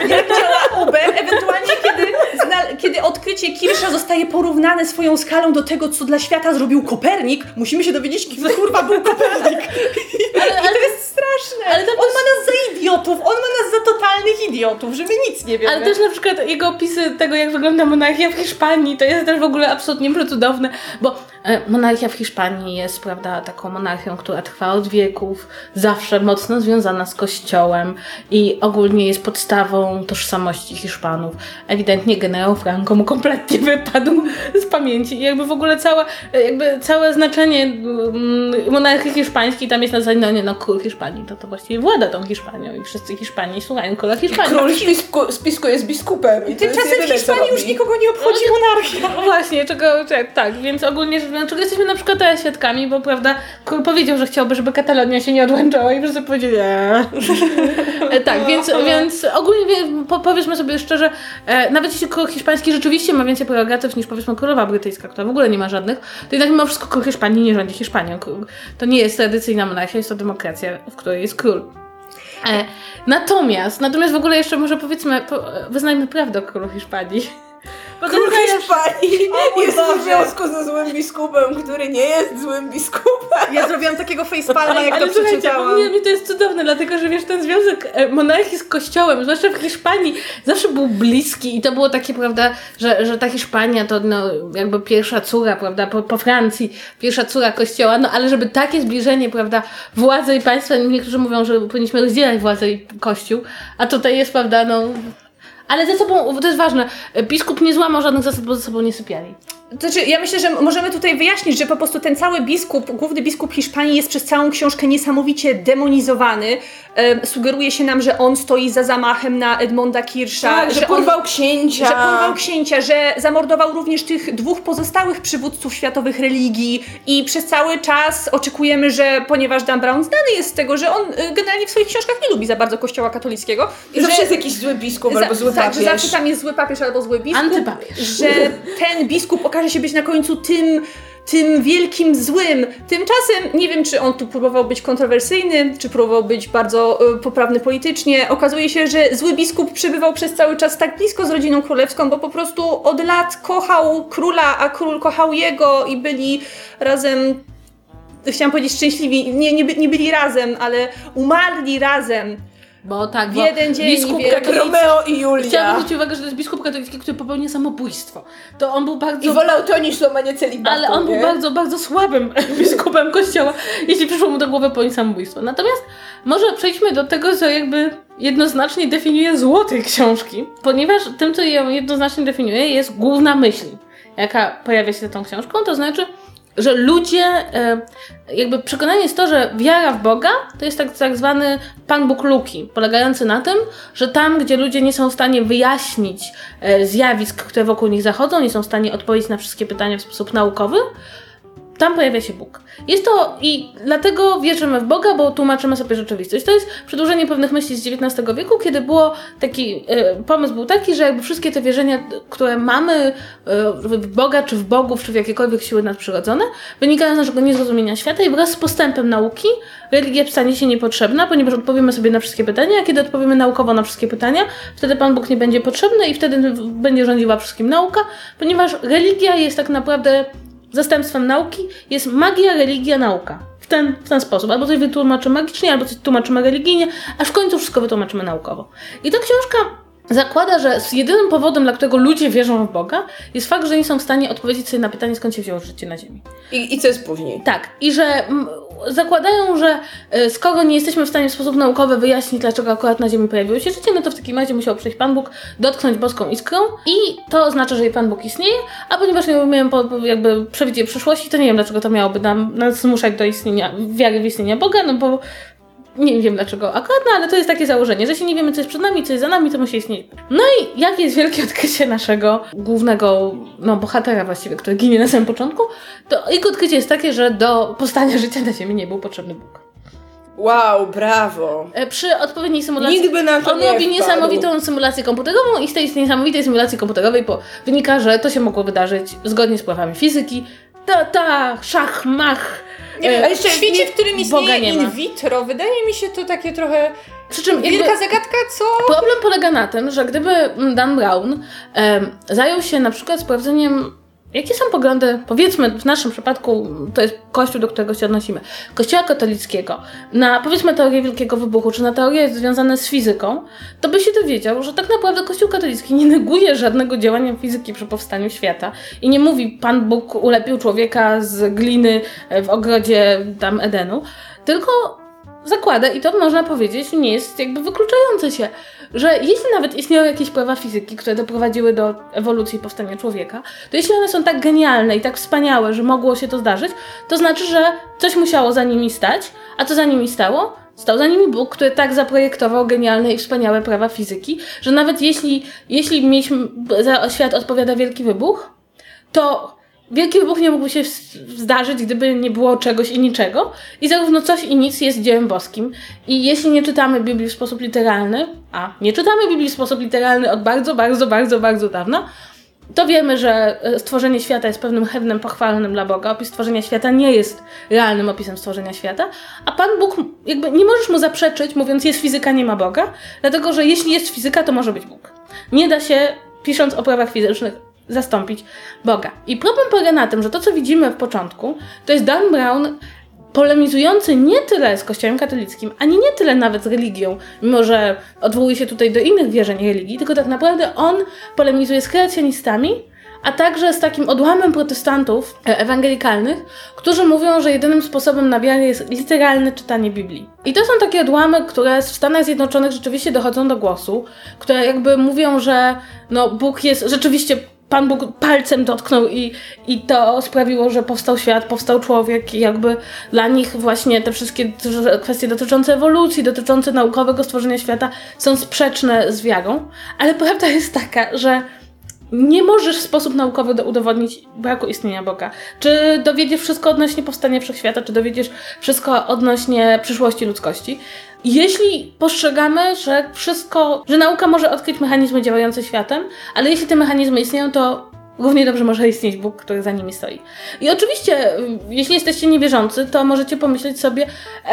ewentualnie kiedy odkrycie Kirscha zostaje porównane swoją skalą do tego, co dla świata zrobił Kopernik, musimy się dowiedzieć, kim kurwa był Kopernik. I to jest straszne. Ale on ma nas za idiotów, on ma nas za totalnych idiotów, że my nic nie wiemy. Ale też na przykład jego opisy tego, jak wygląda monarchia w Hiszpanii, to jest też w ogóle absolutnie przecudowne, bo monarchia w Hiszpanii jest, prawda, taką monarchią, która trwa od wieków, zawsze mocno związana z kościołem i ogólnie jest podstawą tożsamości Hiszpanów. Ewidentnie generał Franco mu kompletnie wypadł z pamięci i jakby w ogóle całe znaczenie monarchii hiszpańskiej tam jest na zasadzie, król Hiszpanii, to właściwie włada tą Hiszpanią i wszyscy Hiszpanii słuchają króla Hiszpanii. Król w spisku jest biskupem. I tymczasem w Hiszpanii już nikogo nie obchodzi monarchia. No właśnie, tak, więc ogólnie czego jesteśmy na przykład teraz świadkami, bo prawda, król powiedział, że chciałby, żeby Katalonia się nie odłączała i wszyscy powiedzieli tak, więc ogólnie powiedzmy sobie szczerze, nawet jeśli król hiszpański rzeczywiście ma więcej prerogatyw niż powiedzmy królowa brytyjska, która w ogóle nie ma żadnych, to jednak mimo wszystko król Hiszpanii nie rządzi Hiszpanią. To nie jest tradycyjna monarchia, jest to demokracja, w której jest król. Natomiast w ogóle jeszcze może powiedzmy, wyznajmy prawdę o królu Hiszpanii. Król Hiszpanii jest w związku ze złym biskupem, który nie jest złym biskupem. Ja zrobiłam takiego facepalma, jak to przeczytałam. Ale mi to jest cudowne, dlatego że wiesz, ten związek monarchii z kościołem, zwłaszcza w Hiszpanii, zawsze był bliski i to było takie, prawda, że ta Hiszpania to jakby pierwsza córa, prawda, po Francji, pierwsza córa kościoła, ale żeby takie zbliżenie, prawda, władzy i państwa, niektórzy mówią, że powinniśmy rozdzielać władzę i kościół, a tutaj jest, prawda, ale ze sobą, to jest ważne, biskup nie złamał żadnych zasad, bo ze sobą nie sypiali. To znaczy, ja myślę, że możemy tutaj wyjaśnić, że po prostu ten cały główny biskup Hiszpanii jest przez całą książkę niesamowicie demonizowany. Sugeruje się nam, że on stoi za zamachem na Edmunda Kirscha. Tak, że porwał księcia. Że zamordował również tych dwóch pozostałych przywódców światowych religii i przez cały czas oczekujemy, że ponieważ Dan Brown znany jest z tego, że on generalnie w swoich książkach nie lubi za bardzo kościoła katolickiego. I zawsze jest jakiś zły biskup albo zły papież. Że zawsze tam jest zły papież albo zły biskup. Antypapież. Że ten biskup okaże się być na końcu tym wielkim złym. Tymczasem nie wiem, czy on tu próbował być kontrowersyjny, czy próbował być bardzo poprawny politycznie. Okazuje się, że zły biskup przebywał przez cały czas tak blisko z rodziną królewską, bo po prostu od lat kochał króla, a król kochał jego i byli razem, chciałam powiedzieć szczęśliwi, nie byli razem, ale umarli razem. Bo tak, w jeden dzień biskup katolicki, Romeo i Julia. Chciałabym zwrócić uwagę, że to jest biskup katolicki, który popełnił samobójstwo. To on był bardzo... I wolał to niż łamanie celibatu. Ale on był bardzo, bardzo słabym biskupem kościoła, jeśli przyszło mu do głowy popełnić samobójstwo. Natomiast może przejdźmy do tego, co jakby jednoznacznie definiuje zło tej książki, ponieważ tym, co ją jednoznacznie definiuje, jest główna myśl, jaka pojawia się za tą książką, to znaczy, że ludzie, jakby przekonanie jest to, że wiara w Boga to jest tak zwany Pan Bóg luki, polegający na tym, że tam, gdzie ludzie nie są w stanie wyjaśnić zjawisk, które wokół nich zachodzą, nie są w stanie odpowiedzieć na wszystkie pytania w sposób naukowy, tam pojawia się Bóg. Jest to i dlatego wierzymy w Boga, bo tłumaczymy sobie rzeczywistość. To jest przedłużenie pewnych myśli z XIX wieku, kiedy było taki, pomysł był taki, że jakby wszystkie te wierzenia, które mamy w Boga, czy w bogów, czy w jakiekolwiek siły nadprzyrodzone, wynikają z naszego niezrozumienia świata i wraz z postępem nauki religia stanie się niepotrzebna, ponieważ odpowiemy sobie na wszystkie pytania, a kiedy odpowiemy naukowo na wszystkie pytania, wtedy Pan Bóg nie będzie potrzebny i wtedy będzie rządziła wszystkim nauka, ponieważ religia jest tak naprawdę zastępstwem nauki, jest magia, religia, nauka. W ten sposób. Albo coś wytłumaczymy magicznie, albo coś tłumaczymy religijnie, aż w końcu wszystko wytłumaczymy naukowo. I ta książka zakłada, że jedynym powodem, dla którego ludzie wierzą w Boga, jest fakt, że nie są w stanie odpowiedzieć sobie na pytanie, skąd się wzięło życie na Ziemi. I co jest później? Tak. I że zakładają, że skoro nie jesteśmy w stanie w sposób naukowy wyjaśnić, dlaczego akurat na Ziemi pojawiło się życie, no to w takim razie musiał przyjść Pan Bóg, dotknąć boską iskrą i to oznacza, że Pan Bóg istnieje, a ponieważ nie umiemy jakby przewidzieć przyszłości, to nie wiem, dlaczego to miałoby nas zmuszać do istnienia, wiary w istnienie Boga, no bo nie wiem dlaczego akurat, no ale to jest takie założenie, że jeśli nie wiemy, co jest przed nami, co jest za nami, to musi istnieć. No i jakie jest wielkie odkrycie naszego głównego, bohatera właściwie, który ginie na samym początku, to jego odkrycie jest takie, że do powstania życia na Ziemi nie był potrzebny Bóg. Wow, brawo! Przy odpowiedniej symulacji Nikt by na to on nie robi wpadł. niesamowitą symulację komputerową i z tej niesamowitej symulacji komputerowej wynika, że to się mogło wydarzyć zgodnie z prawami fizyki. Szach, mach. A jeszcze w świecie, w którym Boga istnieje nie ma. in vitro, wydaje mi się to takie trochę Przy czym wielka zagadka, co? problem polega na tym, że gdyby Dan Brown zajął się na przykład sprawdzeniem, jakie są poglądy, powiedzmy w naszym przypadku, to jest kościół, do którego się odnosimy, kościoła katolickiego, na powiedzmy teorię Wielkiego Wybuchu, czy na teorie związane z fizyką, to by się dowiedział, że tak naprawdę kościół katolicki nie neguje żadnego działania fizyki przy powstaniu świata i nie mówi, Pan Bóg ulepił człowieka z gliny w ogrodzie tam Edenu, tylko zakłada, i to można powiedzieć, nie jest jakby wykluczające się, że jeśli nawet istnieją jakieś prawa fizyki, które doprowadziły do ewolucji i powstania człowieka, to jeśli one są tak genialne i tak wspaniałe, że mogło się to zdarzyć, to znaczy, że coś musiało za nimi stać, a co za nimi stało? Stał za nimi Bóg, który tak zaprojektował genialne i wspaniałe prawa fizyki, że nawet jeśli za świat odpowiada Wielki Wybuch, to Wielki Wybuch nie mógłby się zdarzyć, gdyby nie było czegoś i niczego. I zarówno coś i nic jest dziełem boskim. I jeśli nie czytamy Biblii w sposób literalny, a nie czytamy Biblii w sposób literalny od bardzo, bardzo, bardzo, bardzo dawna, to wiemy, że stworzenie świata jest pewnym hebnem pochwalnym dla Boga. Opis stworzenia świata nie jest realnym opisem stworzenia świata. A Pan Bóg, jakby nie możesz mu zaprzeczyć, mówiąc jest fizyka, nie ma Boga. Dlatego, że jeśli jest fizyka, to może być Bóg. Nie da się, pisząc o prawach fizycznych, zastąpić Boga. I problem polega na tym, że to, co widzimy w początku, to jest Dan Brown polemizujący nie tyle z Kościołem katolickim, ani nie tyle nawet z religią, mimo że odwołuje się tutaj do innych wierzeń religii, tylko tak naprawdę on polemizuje z kreacjonistami, a także z takim odłamem protestantów ewangelikalnych, którzy mówią, że jedynym sposobem na wiarę jest literalne czytanie Biblii. I to są takie odłamy, które w Stanach Zjednoczonych rzeczywiście dochodzą do głosu, które jakby mówią, że Bóg jest rzeczywiście, Pan Bóg palcem dotknął i to sprawiło, że powstał świat, powstał człowiek i jakby dla nich właśnie te wszystkie kwestie dotyczące ewolucji, dotyczące naukowego stworzenia świata są sprzeczne z wiarą, ale prawda jest taka, że nie możesz w sposób naukowy udowodnić braku istnienia Boga. Czy dowiedziesz wszystko odnośnie powstania wszechświata, czy dowiedziesz wszystko odnośnie przyszłości ludzkości. Jeśli postrzegamy, że nauka może odkryć mechanizmy działające światem, ale jeśli te mechanizmy istnieją, to równie dobrze może istnieć Bóg, który za nimi stoi. I oczywiście, jeśli jesteście niewierzący, to możecie pomyśleć sobie,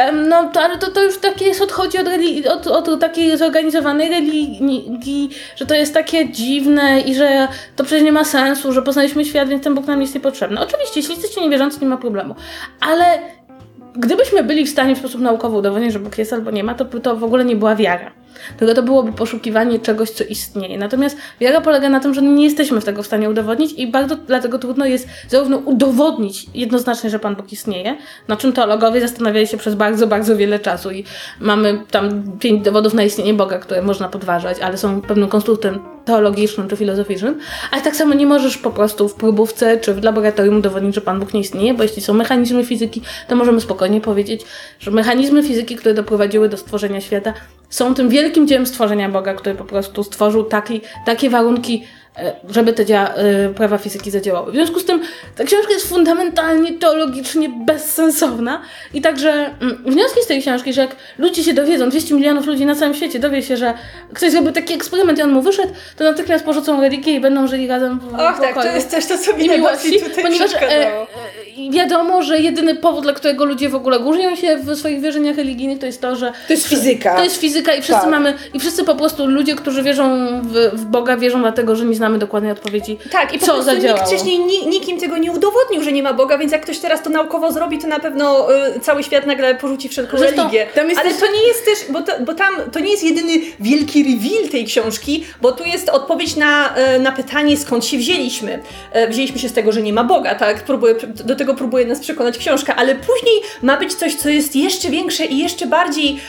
ale to już takie odchodzi od takiej zorganizowanej religii, że to jest takie dziwne i że to przecież nie ma sensu, że poznaliśmy świat, więc ten Bóg nam jest niepotrzebny. Oczywiście, jeśli jesteście niewierzący, nie ma problemu. Ale gdybyśmy byli w stanie w sposób naukowy udowodnić, że Bóg jest albo nie ma, to w ogóle nie była wiara. Tylko to byłoby poszukiwanie czegoś, co istnieje. Natomiast wiara polega na tym, że nie jesteśmy tego w stanie udowodnić i bardzo dlatego trudno jest zarówno udowodnić jednoznacznie, że Pan Bóg istnieje, na czym teologowie zastanawiali się przez bardzo, bardzo wiele czasu i mamy tam 5 dowodów na istnienie Boga, które można podważać, ale są pewnym konstruktem teologicznym czy filozoficznym, ale tak samo nie możesz po prostu w próbówce czy w laboratorium udowodnić, że Pan Bóg nie istnieje, bo jeśli są mechanizmy fizyki, to możemy spokojnie powiedzieć, że mechanizmy fizyki, które doprowadziły do stworzenia świata, są tym wielkim dziełem stworzenia Boga, który po prostu stworzył takie warunki żeby te prawa fizyki zadziałały. W związku z tym ta książka jest fundamentalnie, teologicznie bezsensowna i także wnioski z tej książki, że jak ludzie się dowiedzą, 200 milionów ludzi na całym świecie dowie się, że ktoś zrobił taki eksperyment i on mu wyszedł, to natychmiast porzucą religię i będą żyli razem w pokoju. Tak, to jest też to, co mi miłości, tutaj ponieważ przeszkadzało. wiadomo, że jedyny powód, dla którego ludzie w ogóle górzują się w swoich wierzeniach religijnych, to jest to, że To jest fizyka. to jest fizyka i wszyscy i wszyscy po prostu ludzie, którzy wierzą w Boga, wierzą dlatego, że nie znamy dokładnej odpowiedzi, Tak, i po co prostu zadziałało. nikt wcześniej nikim tego nie udowodnił, że nie ma Boga, więc jak ktoś teraz to naukowo zrobi, to na pewno cały świat nagle porzuci wszelką Zresztą religię. tam jest Ale też- to nie jest też, bo tam to nie jest jedyny wielki reveal tej książki, bo tu jest odpowiedź na pytanie, skąd się wzięliśmy. Wzięliśmy się z tego, że nie ma Boga, tak? Do tego próbuje nas przekonać książka, ale później ma być coś, co jest jeszcze większe i jeszcze bardziej,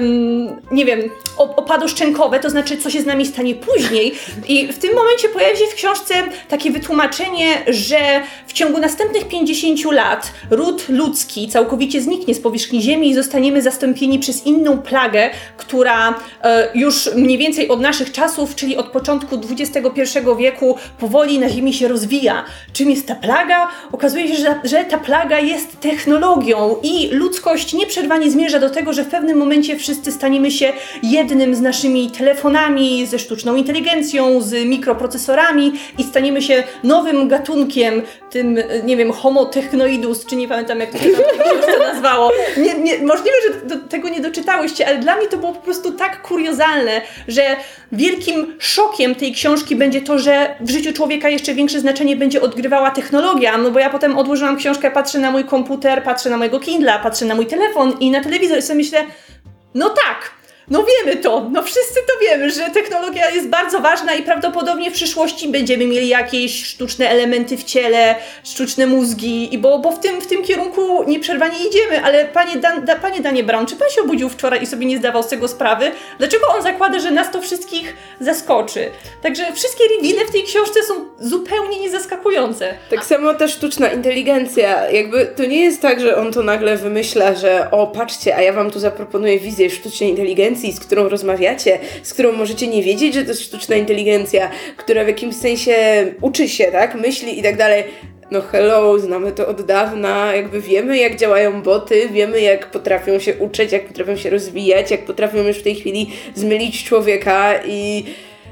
nie wiem, opadoszczękowe, to znaczy, co się z nami stanie później. I w tym momencie pojawia się w książce takie wytłumaczenie, że w ciągu następnych 50 lat ród ludzki całkowicie zniknie z powierzchni Ziemi i zostaniemy zastąpieni przez inną plagę, która już mniej więcej od naszych czasów, czyli od początku XXI wieku, powoli na Ziemi się rozwija. Czym jest ta plaga? Okazuje się, że ta plaga jest technologią i ludzkość nieprzerwanie zmierza do tego, że w pewnym momencie wszyscy staniemy się jednym z naszymi telefonami, ze sztuczną inteligencją, z mikroprocesorami i staniemy się nowym gatunkiem, tym, nie wiem, homo technoidus, czy nie pamiętam, jak to się tam nazwało. Możliwe, że do tego nie doczytałyście, ale dla mnie to było po prostu tak kuriozalne, że wielkim szokiem tej książki będzie to, że w życiu człowieka jeszcze większe znaczenie będzie odgrywała technologia, no bo ja potem odłożyłam książkę, patrzę na mój komputer, patrzę na mojego Kindla, patrzę na mój telefon i na telewizor i sobie myślę, no tak, no wiemy to, no wszyscy to wiemy, że technologia jest bardzo ważna i prawdopodobnie w przyszłości będziemy mieli jakieś sztuczne elementy w ciele, sztuczne mózgi, bo w tym kierunku nieprzerwanie idziemy, ale panie Danie Brown, czy pan się obudził wczoraj i sobie nie zdawał z tego sprawy? Dlaczego on zakłada, że nas to wszystkich zaskoczy? Także wszystkie reveale w tej książce są zupełnie niezaskakujące. Tak samo ta sztuczna inteligencja, jakby to nie jest tak, że on to nagle wymyśla, że o patrzcie, a ja wam tu zaproponuję wizję sztucznej inteligencji, z którą rozmawiacie, z którą możecie nie wiedzieć, że to jest sztuczna inteligencja, która w jakimś sensie uczy się, tak, myśli i tak dalej. No hello, znamy to od dawna, jakby wiemy, jak działają boty, wiemy, jak potrafią się uczyć, jak potrafią się rozwijać, jak potrafią już w tej chwili zmylić człowieka i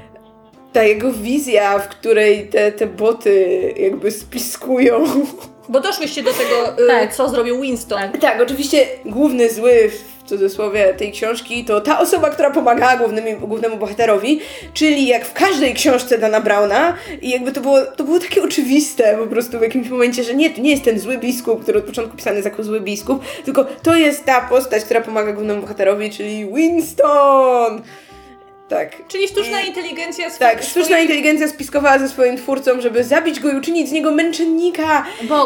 ta jego wizja, w której te boty jakby spiskują. Bo doszłyście do tego, co zrobił Winston. Tak, oczywiście główny zły w cudzysłowie tej książki to ta osoba, która pomagała głównemu bohaterowi, czyli jak w każdej książce Dana Browna i jakby to było takie oczywiste po prostu w jakimś momencie, że nie, to nie jest ten zły biskup, który od początku pisany jest jako zły biskup, tylko to jest ta postać, która pomaga głównemu bohaterowi, czyli Winston! Tak. Czyli sztuczna inteligencja... Sztuczna inteligencja spiskowała ze swoim twórcą, żeby zabić go i uczynić z niego męczennika.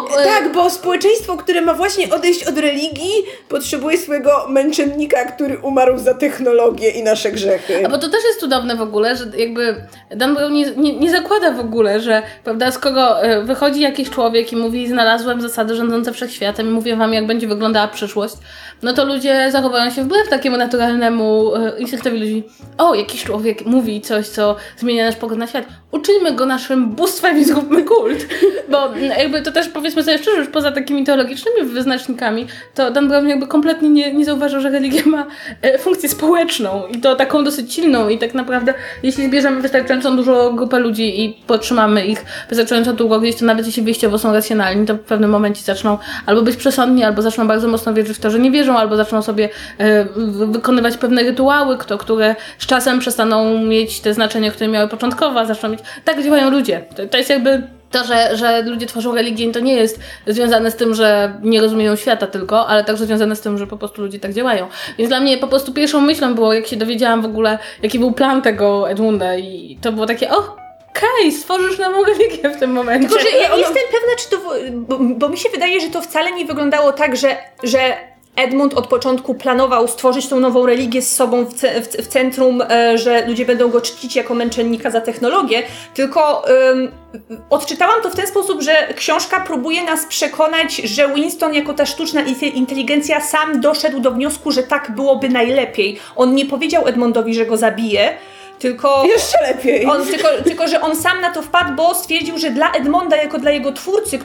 Bo społeczeństwo, które ma właśnie odejść od religii, potrzebuje swojego męczennika, który umarł za technologię i nasze grzechy. A bo to też jest cudowne w ogóle, że jakby Dan Brown nie zakłada w ogóle, że prawda, skoro wychodzi jakiś człowiek i mówi, znalazłem zasady rządzące wszechświatem i mówię wam, jak będzie wyglądała przyszłość, no to ludzie zachowują się wbrew takiemu naturalnemu instynktowi ludzi. O, jakiś człowiek mówi coś, co zmienia nasz pogląd na świat. Uczyńmy go naszym bóstwem i zróbmy kult. Bo jakby to też powiedzmy sobie szczerze, już poza takimi teologicznymi wyznacznikami, to Dan Brown jakby kompletnie nie zauważył, że religia ma funkcję społeczną i to taką dosyć silną i tak naprawdę jeśli zbierzemy wystarczająco dużo grupę ludzi i potrzymamy ich wystarczająco długo gdzieś, to nawet jeśli wyjściowo są racjonalni, to w pewnym momencie zaczną albo być przesądni, albo zaczną bardzo mocno wierzyć w to, że nie wierzą, albo zaczną sobie wykonywać pewne rytuały, które z czasem przestaną mieć te znaczenie, które miały początkowo, a zaczną mieć... Tak działają ludzie. To jest jakby... To, że ludzie tworzą religię, to nie jest związane z tym, że nie rozumieją świata tylko, ale także związane z tym, że po prostu ludzie tak działają. Więc dla mnie po prostu pierwszą myślą było, jak się dowiedziałam w ogóle, jaki był plan tego Edmunda i to było takie, stworzysz nową religię w tym momencie. Tylko, że ja nie jestem pewna, czy to... Bo mi się wydaje, że to wcale nie wyglądało tak, że Edmund od początku planował stworzyć tą nową religię z sobą w centrum, że ludzie będą go czcić jako męczennika za technologię, tylko odczytałam to w ten sposób, że książka próbuje nas przekonać, że Winston jako ta sztuczna inteligencja sam doszedł do wniosku, że tak byłoby najlepiej. On nie powiedział Edmundowi, że go zabije, tylko... Jeszcze lepiej. Tylko, że on sam na to wpadł, bo stwierdził, że dla Edmonda, jako dla jego twórcy,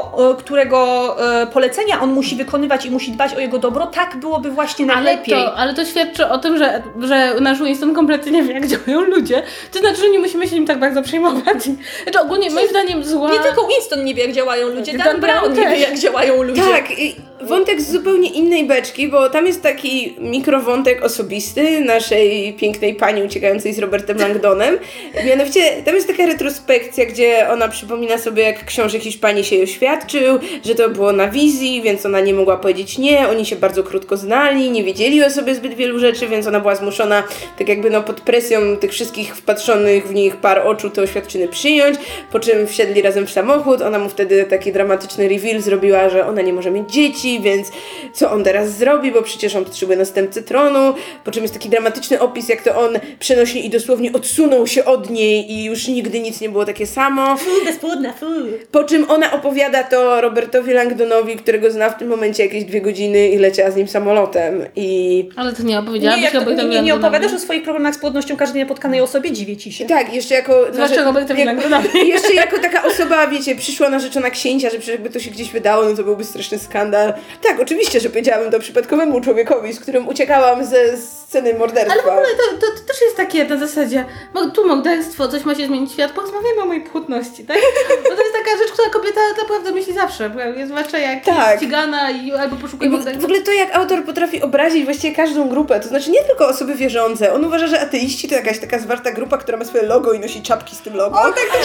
którego polecenia on musi wykonywać i musi dbać o jego dobro, tak byłoby właśnie najlepiej. Ale to świadczy o tym, że nasz Winston kompletnie nie wie, jak działają ludzie. To znaczy, że nie musimy się nim tak bardzo przejmować. Znaczy, ogólnie moim zdaniem zła... Nie tylko Winston nie wie, jak działają ludzie, Dan Brown nie wie, jak działają ludzie. Tak, i wątek z zupełnie innej beczki, bo tam jest taki mikrowątek osobisty naszej pięknej pani uciekającej z Robertem Langdonem. Mianowicie tam jest taka retrospekcja, gdzie ona przypomina sobie, jak książę Hiszpanii się jej oświadczył, że to było na wizji, więc ona nie mogła powiedzieć nie, oni się bardzo krótko znali, nie wiedzieli o sobie zbyt wielu rzeczy, więc ona była zmuszona tak jakby pod presją tych wszystkich wpatrzonych w nich par oczu te oświadczyny przyjąć, po czym wsiedli razem w samochód, ona mu wtedy taki dramatyczny reveal zrobiła, że ona nie może mieć dzieci, więc co on teraz zrobi, bo przecież on potrzebuje następcy tronu, po czym jest taki dramatyczny opis, jak to on przenośnie i dosłownie odsunął się od niej i już nigdy nic nie było takie samo. Bezpłodna, Po czym ona opowiada to Robertowi Langdonowi, którego zna w tym momencie jakieś 2 godziny i leciała z nim samolotem i... Ale to nie opowiedziałam. Nie opowiadasz o swoich problemach z płodnością każdej napotkanej osobie, dziwię ci się. Tak, jeszcze jako... Zwłaszcza Robertowi Langdonowi. Jeszcze jako taka osoba, wiecie, przyszła narzeczona księcia, że przecież jakby to się gdzieś wydało, no to byłby straszny skandal. Tak, oczywiście, że powiedziałabym to przypadkowemu człowiekowi, z którym uciekałam ze sceny morderstwa. Ale w ogóle to też jest takie na zasadzie, tu morderstwo, coś ma się zmienić świat, porozmawiamy o mojej płodności, tak? No to jest taka rzecz, która kobieta naprawdę myśli zawsze, zwłaszcza jak jest ścigana i albo poszukuje morderstwa. W ogóle to, jak autor potrafi obrazić właściwie każdą grupę, to znaczy nie tylko osoby wierzące, on uważa, że ateiści to jakaś taka zwarta grupa, która ma swoje logo i nosi czapki z tym logo. O, tak,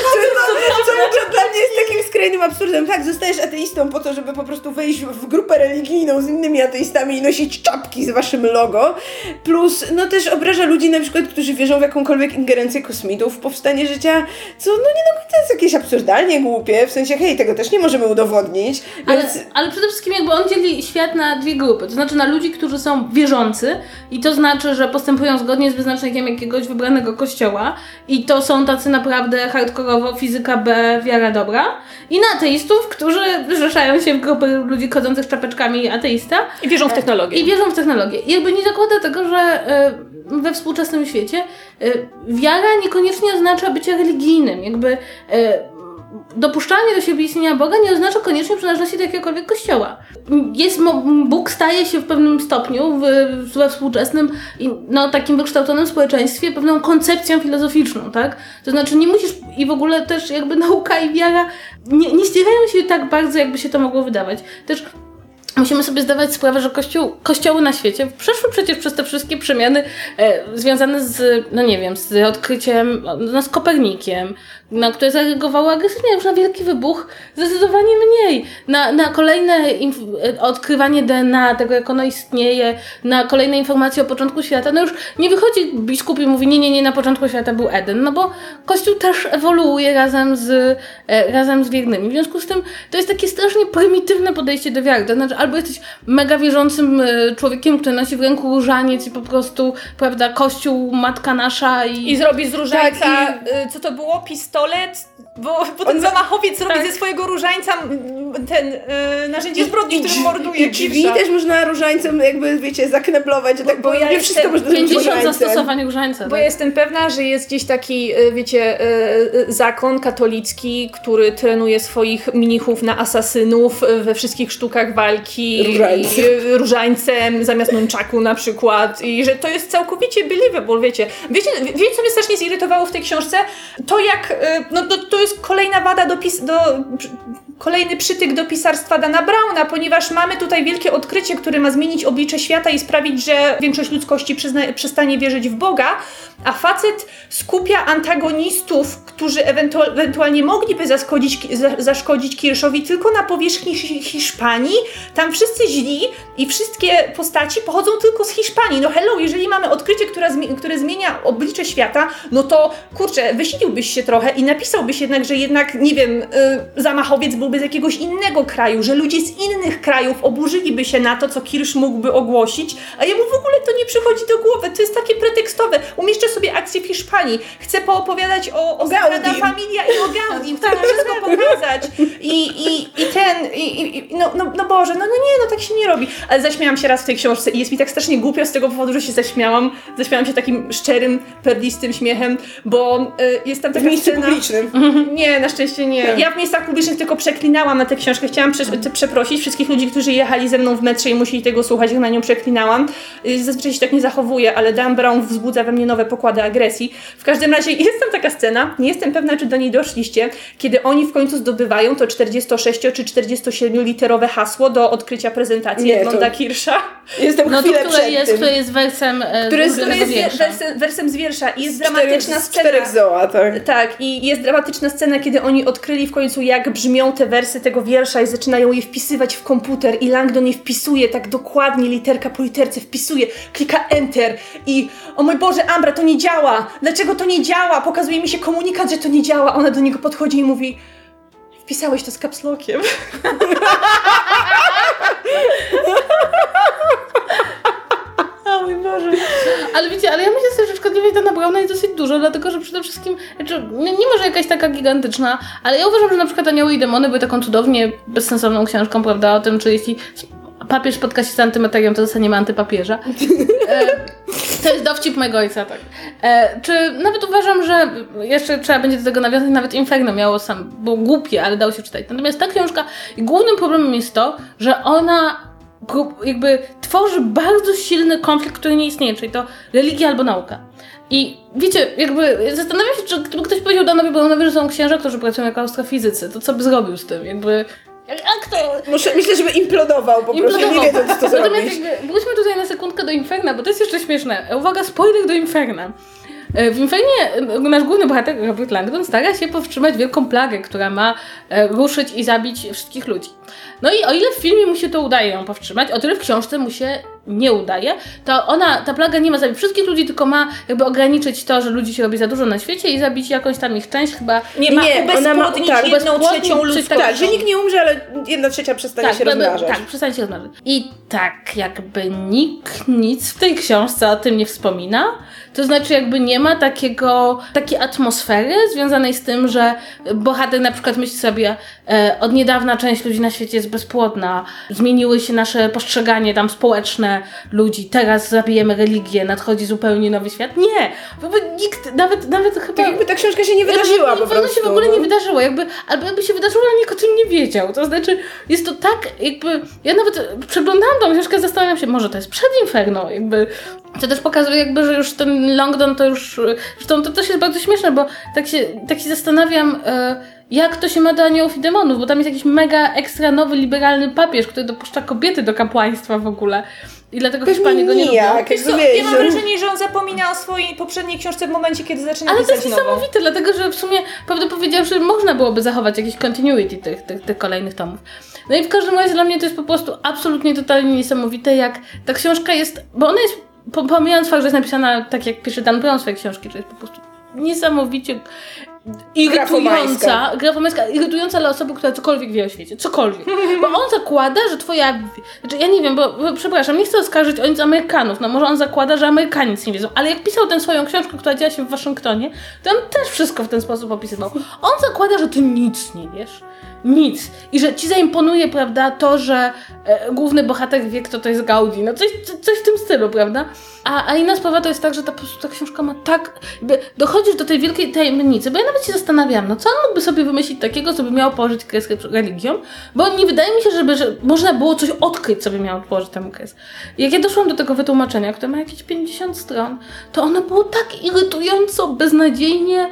co dla mnie jest takim skrajnym absurdem. Tak, zostajesz ateistą po to, żeby po prostu wejść w grupę religijną z innymi ateistami i nosić czapki z waszym logo. Plus, no też obraża ludzi na przykład, którzy wierzą w jakąkolwiek ingerencję kosmitów w powstanie życia, co no nie do końca jest jakieś absurdalnie głupie, w sensie hej, tego też nie możemy udowodnić. Więc... Ale przede wszystkim jakby on dzieli świat na 2 grupy, to znaczy na ludzi, którzy są wierzący i to znaczy, że postępują zgodnie z wyznacznikiem jakiegoś wybranego kościoła i to są tacy naprawdę hardkorowo fizyka B, wiara dobra, i na ateistów, którzy zrzeszają się w grupy ludzi chodzących z czapeczkami ateista. I wierzą w technologię. I jakby nie zakłada tego, że we współczesnym świecie wiara niekoniecznie oznacza bycie religijnym. Jakby dopuszczanie do siebie istnienia Boga nie oznacza koniecznie przynależności do jakiegokolwiek kościoła. Bóg staje się w pewnym stopniu we współczesnym, takim wykształconym społeczeństwie pewną koncepcją filozoficzną, tak? To znaczy nie musisz, i w ogóle też jakby nauka i wiara nie ścierają się tak bardzo, jakby się to mogło wydawać. Też musimy sobie zdawać sprawę, że kościoły na świecie przeszły przecież przez te wszystkie przemiany związane z odkryciem, z Kopernikiem, które zareagowało agresywnie, już na wielki wybuch zdecydowanie mniej. Na kolejne odkrywanie DNA, tego jak ono istnieje, na kolejne informacje o początku świata. No już nie wychodzi biskup i mówi nie, na początku świata był Eden, no bo Kościół też ewoluuje razem z wiernymi. W związku z tym to jest takie strasznie prymitywne podejście do wiary. To znaczy albo jesteś mega wierzącym człowiekiem, który nosi w ręku różaniec i po prostu, prawda, Kościół, Matka Nasza i zrobi z różańca, co to było? Pistolet? Bo ten zamachowiec robi ze swojego różańca narzędzie zbrodni, którym morduje drzwi też można różańcem jakby, wiecie, zakneblować, tak, bo ja wszystko można zrobić 50 zastosowań różańca. Bo ja jestem pewna, że jest gdzieś taki, wiecie, zakon katolicki, który trenuje swoich mnichów na asasynów we wszystkich sztukach walki różańcem zamiast nunchaku na przykład, i że to jest całkowicie believable, wiecie, co mnie strasznie zirytowało w tej książce? To jak, to jest kolejna wada kolejny przytyk do pisarstwa Dana Browna, ponieważ mamy tutaj wielkie odkrycie, które ma zmienić oblicze świata i sprawić, że większość ludzkości przestanie wierzyć w Boga, a facet skupia antagonistów, którzy ewentualnie mogliby zaszkodzić Kirszowi tylko na powierzchni Hiszpanii. Tam wszyscy źli i wszystkie postaci pochodzą tylko z Hiszpanii. No hello, jeżeli mamy odkrycie, które zmienia oblicze świata, no to kurczę, wysiliłbyś się trochę i napisałbyś jednak, że nie wiem, zamachowiec byłby z jakiegoś innego kraju, że ludzie z innych krajów oburzyliby się na to, co Kirsch mógłby ogłosić, a jemu w ogóle to nie przychodzi do głowy. To jest takie pretekstowe. Umieszczę sobie akcję kochani, chcę poopowiadać o Sagrada Familia i o Gaudim, chcę to wszystko pokazać. No Boże, no tak się nie robi. Ale zaśmiałam się raz w tej książce i jest mi tak strasznie głupio z tego powodu, że się zaśmiałam. Zaśmiałam się takim szczerym, perlistym śmiechem, bo jest tam taka w miejscu scena... publicznym. Nie, na szczęście nie. Ja w miejscach publicznych tylko przeklinałam na tę książkę. Chciałam przeprosić wszystkich ludzi, którzy jechali ze mną w metrze i musieli tego słuchać, jak na nią przeklinałam. Zazwyczaj się tak nie zachowuję, ale Dan Brown wzbudza we mnie nowe pokłady agresji. W każdym razie jest tam taka scena, nie jestem pewna, czy do niej doszliście, kiedy oni w końcu zdobywają to 46 czy 47 literowe hasło do odkrycia prezentacji Edmonda Kirscha. Jestem chwilę przed tym. Które jest wersem wersem z wiersza i jest dramatyczna scena. 4 zoa, tak. Tak, i jest dramatyczna scena, kiedy oni odkryli w końcu, jak brzmią te wersy tego wiersza i zaczynają je wpisywać w komputer i Langdon je wpisuje tak dokładnie, literka po literce wpisuje, klika Enter i o mój Boże, Ambra, to nie działa! Dlaczego to nie działa? Pokazuje mi się komunikat, że to nie działa. Ona do niego podchodzi i mówi: wpisałeś to z caps lockiem. O mój Boże. Ale wiecie, ale ja myślę sobie, że szkodliwej Dana Browna jest dosyć dużo, dlatego że przede wszystkim, znaczy, nie może jakaś taka gigantyczna, ale ja uważam, że na przykład Anioły i Demony były taką cudownie bezsensowną książką, prawda, o tym, czy jeśli papież spotka się z antymaterią, to zostaniemy antypapieża. To jest dowcip mojego ojca, tak. Czy nawet uważam, że jeszcze trzeba będzie do tego nawiązać, nawet Inferno było głupie, ale dało się czytać. Natomiast ta książka, głównym problemem jest to, że ona jakby tworzy bardzo silny konflikt, który nie istnieje, czyli to religia albo nauka. I wiecie, jakby zastanawiam się, czy gdyby ktoś powiedział Danowi Brownowi, że są księża, którzy pracują jako astrofizycy, to co by zrobił z tym? Jakby... Jak to? Myślę, żeby implodował po prostu, nie wiedząc, co zrobić. Natomiast wróćmy tutaj na sekundkę do Inferna, bo to jest jeszcze śmieszne. Uwaga, spoiler do Inferna. W Infernie nasz główny bohater, Robert Langdon, stara się powstrzymać wielką plagę, która ma ruszyć i zabić wszystkich ludzi. No i o ile w filmie mu się to udaje ją powstrzymać, o tyle w książce mu się nie udaje, to ta plaga nie ma zabić wszystkich ludzi, tylko ma jakby ograniczyć to, że ludzi się robi za dużo na świecie i zabić jakąś tam ich część chyba. Ona ma ubezpłodnić 1/3 ludzkości. Tak, że nikt nie umrze, ale 1/3 przestanie się rozmnażać. Tak, przestanie się rozmnażać. I tak jakby nikt nic w tej książce o tym nie wspomina, to znaczy jakby nie ma takiej atmosfery związanej z tym, że bohater na przykład myśli sobie, od niedawna część ludzi na świecie jest bezpłodna, zmieniły się nasze postrzeganie tam społeczne ludzi, teraz zabijemy religię, nadchodzi zupełnie nowy świat. Nie! Nikt, nawet chyba... Tak jakby ta książka się nie wydarzyła po prostu. się w ogóle nie wydarzyło, albo jakby się wydarzyło, ale nikt o tym nie wiedział. To znaczy, jest to tak jakby... Ja nawet przeglądałam tą książkę, zastanawiam się, może to jest przed Inferno, jakby... To też pokazuje jakby, że już ten Langdon to już... Zresztą to też jest bardzo śmieszne, bo tak się zastanawiam... jak to się ma do Aniołów i Demonów, bo tam jest jakiś mega ekstra nowy, liberalny papież, który dopuszcza kobiety do kapłaństwa w ogóle. I dlatego Hiszpanie go nie lubią. Ja mam wrażenie, że on zapomina o swojej poprzedniej książce w momencie, kiedy zaczyna pisać nową. Ale to jest niesamowite, dlatego że w sumie, prawdę powiedziawszy, można byłoby zachować jakiś continuity tych kolejnych tomów. No i w każdym razie dla mnie to jest po prostu absolutnie, totalnie niesamowite, jak ta książka jest, bo ona jest, pomijając fakt, że jest napisana tak, jak pisze Dan Brown swoje książki, to jest po prostu niesamowicie irytująca dla osoby, która cokolwiek wie o świecie. Cokolwiek. Bo on zakłada, że twoja... Znaczy, ja nie wiem, bo przepraszam, nie chcę oskarżyć o nic Amerykanów. No może on zakłada, że Amerykanie nic nie wiedzą. Ale jak pisał tę swoją książkę, która działa się w Waszyngtonie, to on też wszystko w ten sposób opisywał. On zakłada, że ty nic nie wiesz. Nic. I że ci zaimponuje, prawda, to, że główny bohater wie, kto to jest Gaudí. No coś w tym stylu, prawda? A inna sprawa to jest tak, że po prostu ta książka ma tak... Dochodzisz do tej wielkiej tajemnicy, bo ja nawet się zastanawiam, no co on mógłby sobie wymyślić takiego, co by miało położyć kreskę religią, bo nie wydaje mi się, że można było coś odkryć, co by miało położyć temu kres. Jak ja doszłam do tego wytłumaczenia, które ma jakieś 50 stron, to ono było tak irytująco, beznadziejnie...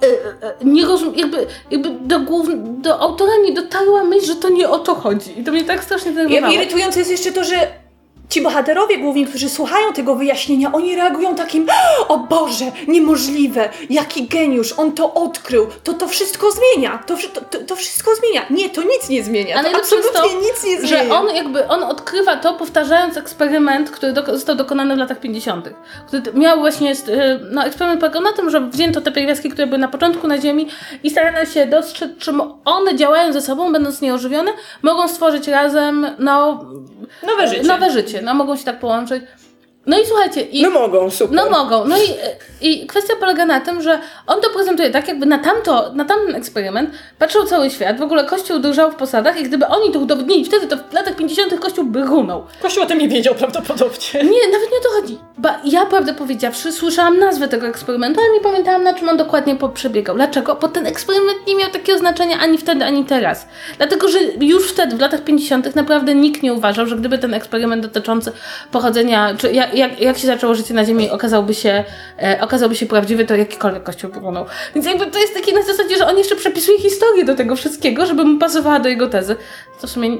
jakby do autora nie dotarła myśl, że to nie o to chodzi. I to mnie tak strasznie denerwowało. Irytujące jest jeszcze to, że ci bohaterowie główni, którzy słuchają tego wyjaśnienia, oni reagują takim: o Boże, niemożliwe, jaki geniusz, on to odkrył, to wszystko zmienia, to wszystko zmienia. Nie, to nic nie zmienia, ale to absolutnie nic nie zmienia. Że on odkrywa to, powtarzając eksperyment, który został dokonany w latach 50. Który miał właśnie, eksperyment polegał na tym, że wzięto te pierwiastki, które były na początku na Ziemi i starano się dostrzec, czym one działając ze sobą, będąc nieożywione, mogą stworzyć razem, nowe życie. No, mogą się tak połączyć. No i słuchajcie... No mogą, super. No mogą. No i kwestia polega na tym, że on to prezentuje tak, jakby na tamten eksperyment patrzył cały świat, w ogóle Kościół dojrzał w posadach i gdyby oni to udowodnili wtedy, to w latach 50. Kościół by runął. Kościół o tym nie wiedział prawdopodobnie. Nie, nawet nie o to chodzi. Bo ja, prawdę powiedziawszy, słyszałam nazwę tego eksperymentu, ale nie pamiętałam, na czym on dokładnie przebiegał. Dlaczego? Bo ten eksperyment nie miał takiego znaczenia ani wtedy, ani teraz. Dlatego, że już wtedy, w latach 50. naprawdę nikt nie uważał, że gdyby ten eksperyment dotyczący pochodzenia, czy jak się zaczęło życie na Ziemi, okazałby się prawdziwy, to jakikolwiek Kościół by runął. Więc jakby to jest takie na zasadzie, że on jeszcze przepisuje historię do tego wszystkiego, żeby mu pasowała do jego tezy. To w sumie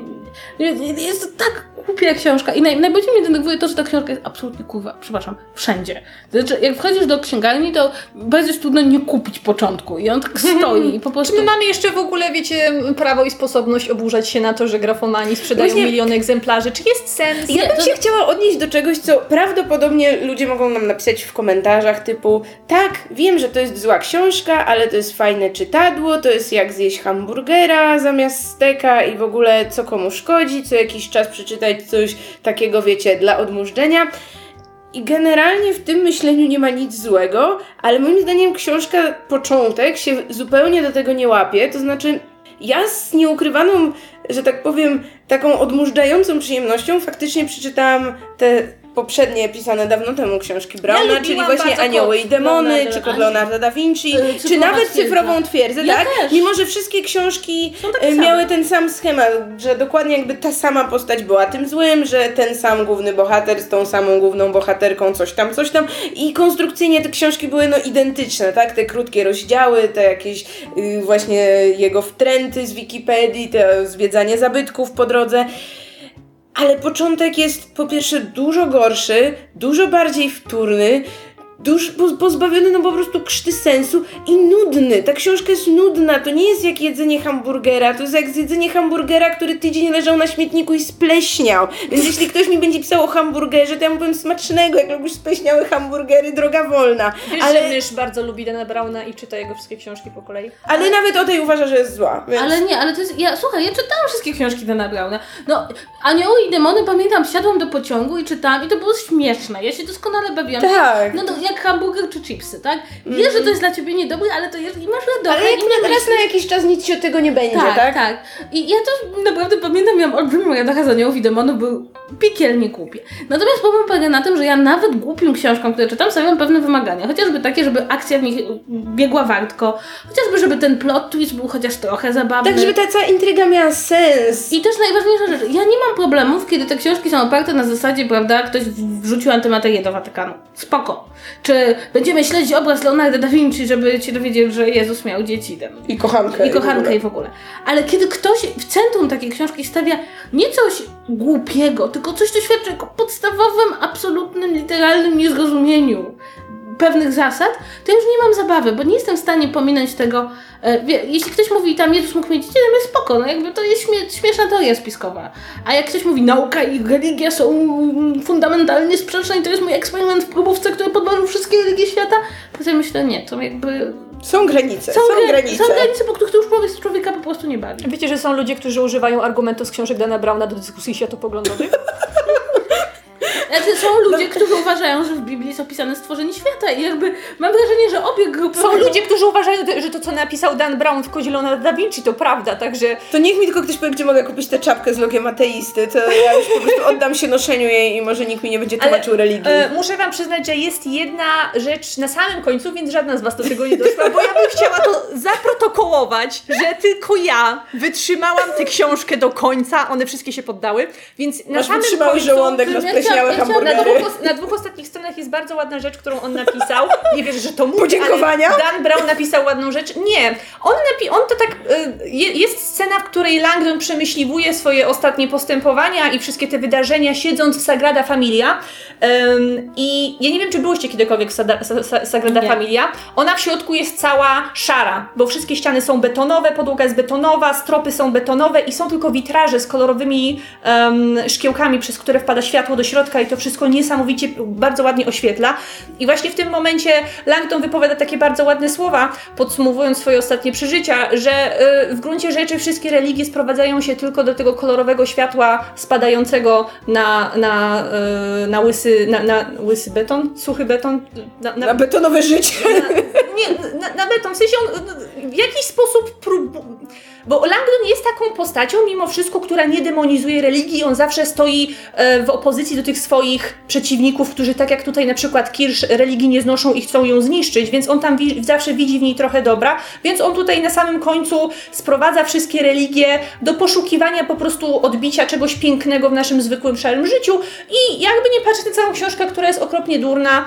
jest to tak głupia książka. I najbardziej mnie denerwuje to, że ta książka jest absolutnie, wszędzie. Znaczy, jak wchodzisz do księgarni, to bardzo jest trudno nie kupić początku. I on tak stoi i po prostu... Czy my mamy jeszcze w ogóle, wiecie, prawo i sposobność oburzać się na to, że grafomani sprzedają miliony egzemplarzy? Czy jest sens? Ja bym się chciała odnieść do czegoś, co prawdopodobnie ludzie mogą nam napisać w komentarzach typu tak, wiem, że to jest zła książka, ale to jest fajne czytadło, to jest jak zjeść hamburgera zamiast steka i w ogóle co komu szkodzi, co jakiś czas przeczytać coś takiego, wiecie, dla odmurzdzenia. I generalnie w tym myśleniu nie ma nic złego, ale moim zdaniem książka początek się zupełnie do tego nie łapie, to znaczy ja z nieukrywaną, że tak powiem, taką odmurzdzającą przyjemnością faktycznie przeczytałam te poprzednie pisane dawno temu książki Browna, czyli właśnie Anioły i Demony, czy Kod Leonarda da Vinci, czy nawet Cyfrową Twierdzę, tak? Też. Mimo, że wszystkie książki miały ten sam schemat, że dokładnie jakby ta sama postać była tym złym, że ten sam główny bohater z tą samą główną bohaterką, coś tam i konstrukcyjnie te książki były identyczne, tak? Te krótkie rozdziały, te jakieś właśnie jego wtręty z Wikipedii, te zwiedzanie zabytków po drodze. Ale początek jest po pierwsze dużo gorszy, dużo bardziej wtórny, pozbawiony po prostu krzty sensu i nudny. Ta książka jest nudna, to nie jest jak jedzenie hamburgera, to jest jak jedzenie hamburgera, który tydzień leżał na śmietniku i spleśniał. Więc jeśli ktoś mi będzie pisał o hamburgerze, to ja mu powiem smacznego, jak lubisz spleśniałe hamburgery, droga wolna. Wiesz, że mysz bardzo lubi Dana Browna i czyta jego wszystkie książki po kolei. Ale nawet o tej uważa, że jest zła. Więc... Ale to jest... Słuchaj, ja czytałam wszystkie książki Dana Browna. No, Anioły i Demony, pamiętam, wsiadłam do pociągu i czytałam i to było śmieszne. Ja się doskonale bawiłam. Tak. No to jak hamburger czy chipsy, tak? Wiesz, że to jest dla ciebie niedobre, ale to jest i masz radość. Ale jak raz na jakiś czas nic ci od tego nie będzie, tak? Tak. I ja też naprawdę pamiętam, miałam olbrzymią radość z Aniołów i Demonów, był piekielnie głupie. Natomiast problem polega na tym, że ja nawet głupim książkom, które czytam, stawiam pewne wymagania. Chociażby takie, żeby akcja w nich biegła wartko, chociażby, żeby ten plot twist był chociaż trochę zabawny. Tak, żeby ta cała intryga miała sens. I też najważniejsza rzecz, ja nie mam problemów, kiedy te książki są oparte na zasadzie, prawda, ktoś wrzucił antymaterię do Watykanu. Spoko. Czy będziemy śledzić obraz Leonarda da Vinci, żeby się dowiedzieć, że Jezus miał dzieci tam. I kochankę. I w ogóle. Ale kiedy ktoś w centrum takiej książki stawia nie coś głupiego, tylko coś, co świadczy o podstawowym, absolutnym, literalnym niezrozumieniu pewnych zasad, to już nie mam zabawy, bo nie jestem w stanie pominąć tego. Jeśli ktoś mówi tam Jezus mógł mieć dzieci, to jest spoko, no jakby to jest śmieszna teoria spiskowa. A jak ktoś mówi nauka i religia są fundamentalnie sprzeczne i to jest mój eksperyment w próbówce, który podważył wszystkie religie świata, to ja myślę, nie, to jakby... Są granice. Są granice, po których już człowieka po prostu nie bawi. Wiecie, że są ludzie, którzy używają argumentów z książek Dana Browna do dyskusji światopoglądowych? Są ludzie, którzy uważają, że w Biblii jest opisane stworzenie świata i jakby mam wrażenie, że obie grupy... Są ludzie, którzy uważają, że to, co napisał Dan Brown w Kodzie Leonarda da Vinci, to prawda, także... To niech mi tylko ktoś powie, gdzie mogę kupić tę czapkę z logiem ateisty, to ja już po prostu oddam się noszeniu jej i może nikt mi nie będzie tłumaczył religii. Muszę wam przyznać, że jest jedna rzecz na samym końcu, więc żadna z was do tego nie doszła, bo ja bym chciała to zaprotokołować, że tylko ja wytrzymałam tę książkę do końca, one wszystkie się poddały, więc na samym końcu... żołądek, rozpleśniałe hamburgery. Na dwóch ostatnich stronach jest bardzo ładna rzecz, którą on napisał. Nie wiesz, że to mówi, podziękowania? Ale Dan Brown napisał ładną rzecz. Nie. On to tak... Jest scena, w której Langdon przemyśliwuje swoje ostatnie postępowania i wszystkie te wydarzenia, siedząc w Sagrada Familia. I ja nie wiem, czy byłyście kiedykolwiek w Sagrada Familia. Ona w środku jest cała szara, bo wszystkie ściany są betonowe, podłoga jest betonowa, stropy są betonowe i są tylko witraże z kolorowymi szkiełkami, przez które wpada światło do środka i to wszystko wszystko niesamowicie, bardzo ładnie oświetla. I właśnie w tym momencie Langdon wypowiada takie bardzo ładne słowa, podsumowując swoje ostatnie przeżycia, że w gruncie rzeczy wszystkie religie sprowadzają się tylko do tego kolorowego światła spadającego na łysy beton, suchy beton. Na betonowe życie. Na beton, w sensie on w jakiś sposób bo Langdon jest taką postacią, mimo wszystko, która nie demonizuje religii, on zawsze stoi w opozycji do tych swoich przeciwników, którzy tak jak tutaj na przykład Kirsch religii nie znoszą i chcą ją zniszczyć, więc on tam zawsze widzi w niej trochę dobra, więc on tutaj na samym końcu sprowadza wszystkie religie do poszukiwania po prostu odbicia czegoś pięknego w naszym zwykłym, szarym życiu i jakby nie patrzeć na całą książkę, która jest okropnie durna,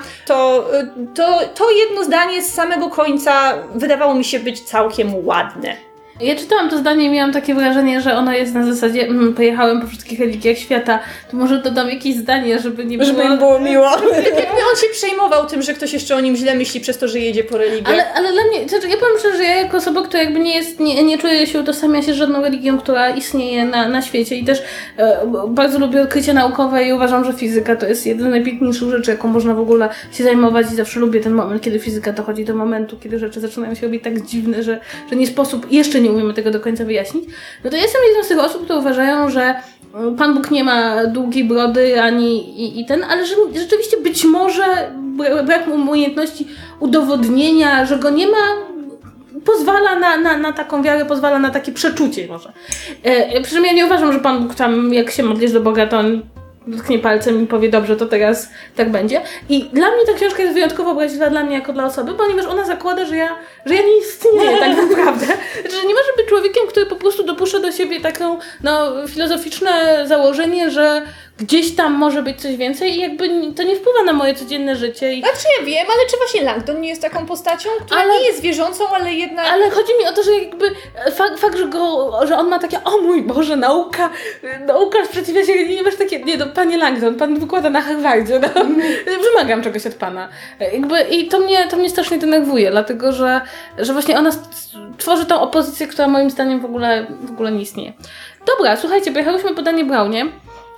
to jedno zdanie z samego końca wydawało mi się być całkiem ładne. Ja czytałam to zdanie i miałam takie wrażenie, że ono jest na zasadzie pojechałem po wszystkich religiach świata, to może dodam jakieś zdanie, żeby nie było... Żeby im było miło. Jakby on się przejmował tym, że ktoś jeszcze o nim źle myśli przez to, że jedzie po religię. Ale dla mnie, znaczy ja powiem szczerze, że ja jako osoba, która jakby nie czuje się utożsamia się z żadną religią, która istnieje na świecie i też bardzo lubię odkrycia naukowe i uważam, że fizyka to jest jedna z najpiękniejszych rzeczy, jaką można w ogóle się zajmować i zawsze lubię ten moment, kiedy fizyka dochodzi do momentu, kiedy rzeczy zaczynają się robić tak dziwne, że nie sposób, jeszcze nie umiemy tego do końca wyjaśnić. No to ja jestem jedną z tych osób, które uważają, że Pan Bóg nie ma długiej brody ani ale że rzeczywiście być może brak mu umiejętności udowodnienia, że go nie ma, pozwala na taką wiarę, pozwala na takie przeczucie może. Przy czym ja nie uważam, że Pan Bóg tam, jak się modlisz do Boga, to on dotknie palcem i powie, dobrze, to teraz tak będzie. I dla mnie ta książka jest wyjątkowo obraźliwa dla mnie jako dla osoby, ponieważ ona zakłada, że ja nie istnieję tak naprawdę. Znaczy, że nie może być człowiekiem, który po prostu dopuszcza do siebie taką filozoficzne założenie, że gdzieś tam może być coś więcej i jakby to nie wpływa na moje codzienne życie. Znaczy ja wiem, ale czy właśnie Langdon nie jest taką postacią, która nie jest wierzącą, ale jednak... Ale chodzi mi o to, że jakby fakt, że on ma takie, o mój Boże, nauka sprzeciwia się religii, nie masz takie, nie no, panie Langdon, pan wykłada na Harvardzie, no, wymagam czegoś od pana. Jakby, i to mnie strasznie denerwuje, dlatego, że właśnie ona tworzy tą opozycję, która moim zdaniem w ogóle nie istnieje. Dobra, słuchajcie, pojechałyśmy po Danie Brownie,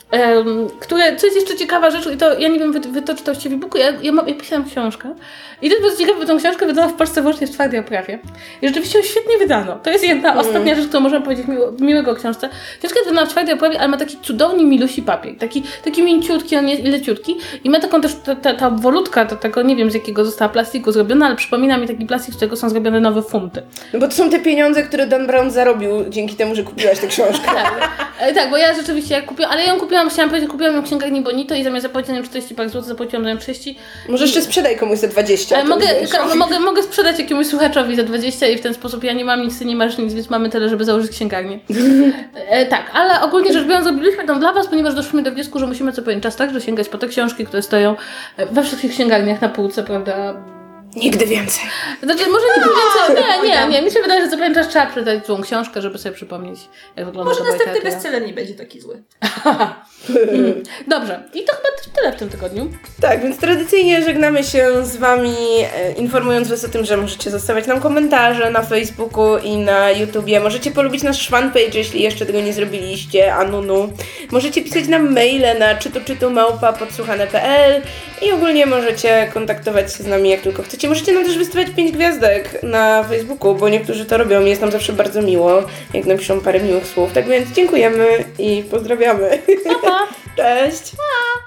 co jest jeszcze ciekawa rzecz, i to ja nie wiem, wy to czytałyście w e-booku, ja pisałam książkę i to jest bardzo ciekawe, bo tą książkę wydano w Polsce wyłącznie w twardej oprawie i rzeczywiście ją świetnie wydano. To jest jedna ostatnia rzecz, którą możemy powiedzieć miłego o książce. Książka jest wydana w twardej oprawie, ale ma taki cudownie milusi papier, taki mięciutki, on jest leciutki i ma taką też, ta wolutka do tego, nie wiem z jakiego została plastiku zrobiona, ale przypomina mi taki plastik, z którego są zrobione nowe funty. No bo to są te pieniądze, które Dan Brown zarobił dzięki temu, że kupiłaś tę książkę. Tak, bo ja rzeczywiście ale ja ją kupiłam ją w księgarni Bonito i zamiast zapłacić na nią 40 par złotych, zapłaciłam za nią 30. Może jeszcze sprzedaj komuś za 20. Mogę sprzedać jakiemuś słuchaczowi za 20 i w ten sposób ja nie mam nic, ty nie masz nic, więc mamy tyle, żeby założyć księgarnię. Tak, ale ogólnie rzecz biorąc zrobiliśmy to dla was, ponieważ doszliśmy do wniosku, że musimy co pewien czas także sięgać po te książki, które stoją we wszystkich księgarniach na półce, prawda? Nigdy więcej. Znaczy, może nigdy więcej. Nie. Mi się wydaje, że co pewien czas trzeba przeczytać złą książkę, żeby sobie przypomnieć, jak wygląda może ta następny literatura. bestseller nie będzie taki zły. Dobrze. I to chyba tyle w tym tygodniu. Tak, więc tradycyjnie żegnamy się z wami, informując was o tym, że możecie zostawiać nam komentarze na Facebooku i na YouTubie. Możecie polubić nasz fanpage, jeśli jeszcze tego nie zrobiliście, Anunu. Możecie pisać nam maile na czytu@podsłuchane.pl i ogólnie możecie kontaktować się z nami jak tylko chcecie. Możecie nam też wystawiać 5 gwiazdek na Facebooku, bo niektórzy to robią. Jest nam zawsze bardzo miło, jak napiszą parę miłych słów. Tak więc dziękujemy i pozdrawiamy. Pa! Cześć! Pa!